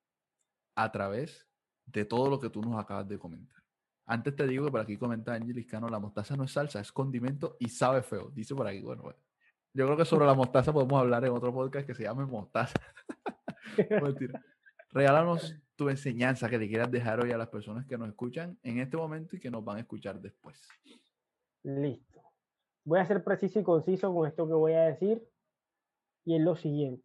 a través de todo lo que tú nos acabas de comentar? Antes te digo que por aquí comenta Angelis Cano, la mostaza no es salsa, es condimento y sabe feo. Dice por aquí, bueno, bueno. Yo creo que sobre la mostaza podemos hablar en otro podcast que se llame Mostaza. Mentira. Regálanos tu enseñanza que le quieras dejar hoy a las personas que nos escuchan en este momento y que nos van a escuchar después. Listo. Voy a ser preciso y conciso con esto que voy a decir y es lo siguiente.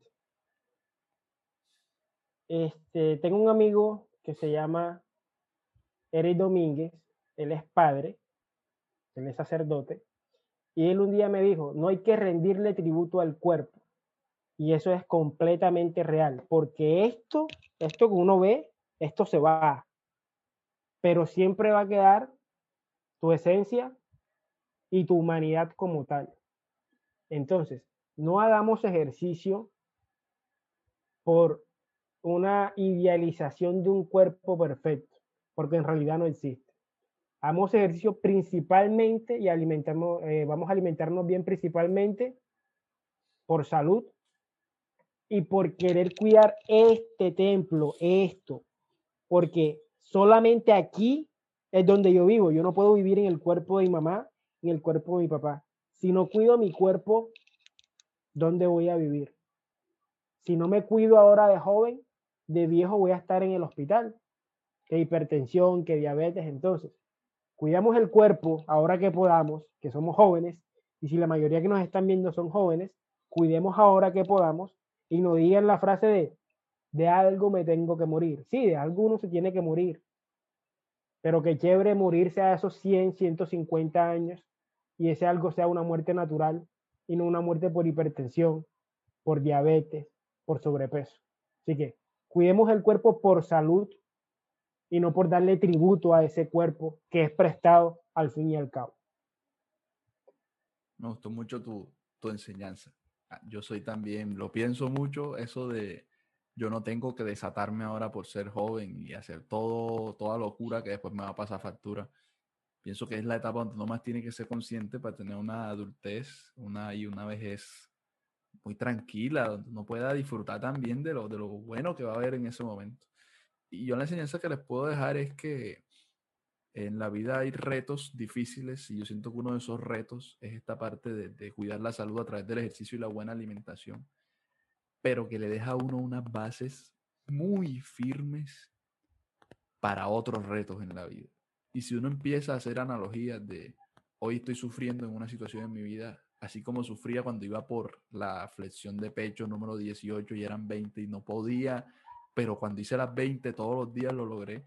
Este, tengo un amigo que se llama Eric Domínguez, él es padre, él es sacerdote, y él un día me dijo, no hay que rendirle tributo al cuerpo. Y eso es completamente real, porque esto, esto que uno ve, esto se va, pero siempre va a quedar tu esencia y tu humanidad como tal. Entonces, no hagamos ejercicio por una idealización de un cuerpo perfecto, porque en realidad no existe. Hagamos ejercicio principalmente y alimentarnos, eh, vamos a alimentarnos bien principalmente por salud y por querer cuidar este templo, esto, porque solamente aquí es donde yo vivo. Yo no puedo vivir en el cuerpo de mi mamá, en el cuerpo de mi papá. Si no cuido mi cuerpo, ¿dónde voy a vivir? Si no me cuido ahora de joven, de viejo voy a estar en el hospital. Que hipertensión, que diabetes. Entonces, cuidamos el cuerpo ahora que podamos, que somos jóvenes, y si la mayoría que nos están viendo son jóvenes, cuidemos ahora que podamos y no digan la frase de de algo me tengo que morir. Sí, de algo uno se tiene que morir, pero qué chévere morirse a esos cien, ciento cincuenta años y ese algo sea una muerte natural y no una muerte por hipertensión, por diabetes, por sobrepeso. Así que cuidemos el cuerpo por salud y no por darle tributo a ese cuerpo que es prestado al fin y al cabo. Me gustó mucho tu, tu enseñanza. Ah, yo soy también, lo pienso mucho, eso de yo no tengo que desatarme ahora por ser joven y hacer todo, toda locura que después me va a pasar factura. Pienso que es la etapa donde uno más tiene que ser consciente para tener una adultez una, y una vejez muy tranquila, donde uno pueda disfrutar también de lo, de lo bueno que va a haber en ese momento. Y yo la enseñanza que les puedo dejar es que en la vida hay retos difíciles y yo siento que uno de esos retos es esta parte de, de cuidar la salud a través del ejercicio y la buena alimentación, pero que le deja a uno unas bases muy firmes para otros retos en la vida. Y si uno empieza a hacer analogías de hoy estoy sufriendo en una situación en mi vida, así como sufría cuando iba por la flexión de pecho número dieciocho y eran veinte y no podía, pero cuando hice las veinte todos los días lo logré.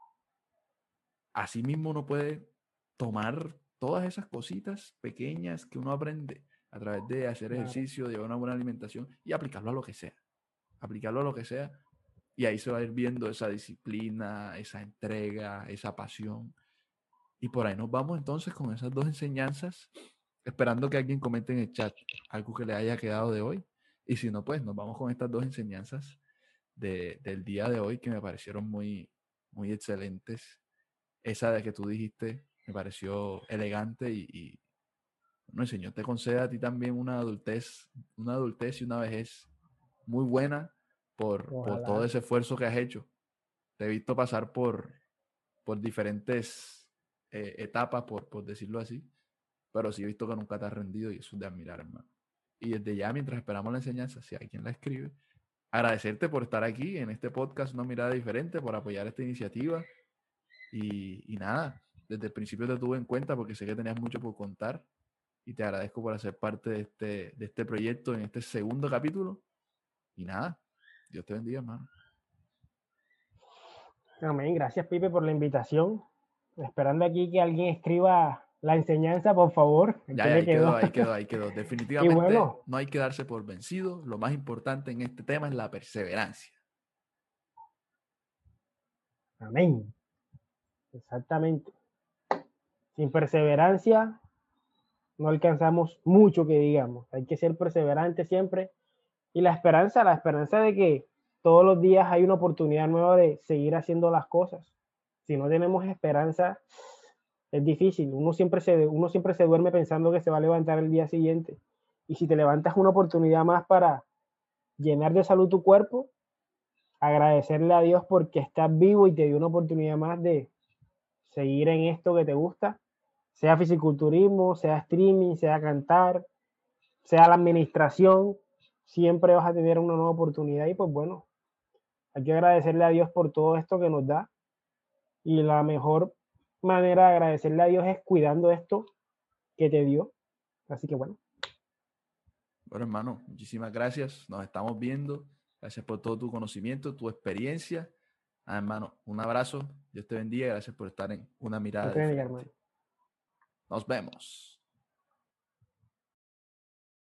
Así mismo uno puede tomar todas esas cositas pequeñas que uno aprende a través de hacer Claro. ejercicio, de llevar una buena alimentación y aplicarlo a lo que sea. Aplicarlo a lo que sea. Y ahí se va a ir viendo esa disciplina, esa entrega, esa pasión. Y por ahí nos vamos entonces con esas dos enseñanzas, esperando que alguien comente en el chat algo que le haya quedado de hoy. Y si no, pues nos vamos con estas dos enseñanzas de, del día de hoy que me parecieron muy, muy excelentes. Esa de que tú dijiste me pareció elegante y, y bueno, el Señor te conceda a ti también una adultez, una adultez y una vejez muy buena por, por todo Ojalá. ese esfuerzo que has hecho. Te he visto pasar por, por diferentes eh, etapas, por, por decirlo así, pero sí he visto que nunca te has rendido y eso es de admirar, hermano. Y desde ya, mientras esperamos la enseñanza, si hay quien la escribe, agradecerte por estar aquí en este podcast, Una Mirada Diferente, por apoyar esta iniciativa y, y nada, desde el principio te tuve en cuenta porque sé que tenías mucho por contar y te agradezco por hacer parte de este, de este proyecto en este segundo capítulo y nada, Dios te bendiga, hermano. Amén. Gracias, Pipe, por la invitación. Esperando aquí que alguien escriba la enseñanza, por favor. Ya, Aquí ya, le ahí quedó, quedó. ahí quedó, ahí quedó. Y Definitivamente bueno, no hay que darse por vencido. Lo más importante en este tema es la perseverancia. amén. Exactamente. Sin perseverancia no alcanzamos mucho que digamos. Hay que ser perseverante siempre. Y la esperanza, la esperanza de que todos los días hay una oportunidad nueva de seguir haciendo las cosas. Si no tenemos esperanza, es difícil. Uno siempre se, uno siempre se duerme pensando que se va a levantar el día siguiente. Y si te levantas una oportunidad más para llenar de salud tu cuerpo, agradecerle a Dios porque estás vivo y te dio una oportunidad más de seguir en esto que te gusta, sea fisiculturismo, sea streaming, sea cantar, sea la administración, siempre vas a tener una nueva oportunidad y pues bueno, hay que agradecerle a Dios por todo esto que nos da y la mejor manera de agradecerle a Dios es cuidando esto que te dio. Así que bueno. Bueno, hermano, muchísimas gracias. Nos estamos viendo. Gracias por todo tu conocimiento, tu experiencia. Ah, hermano, un abrazo. Dios te bendiga. Gracias por estar en Una Mirada No te bendiga, Diferente. hermano. Nos vemos.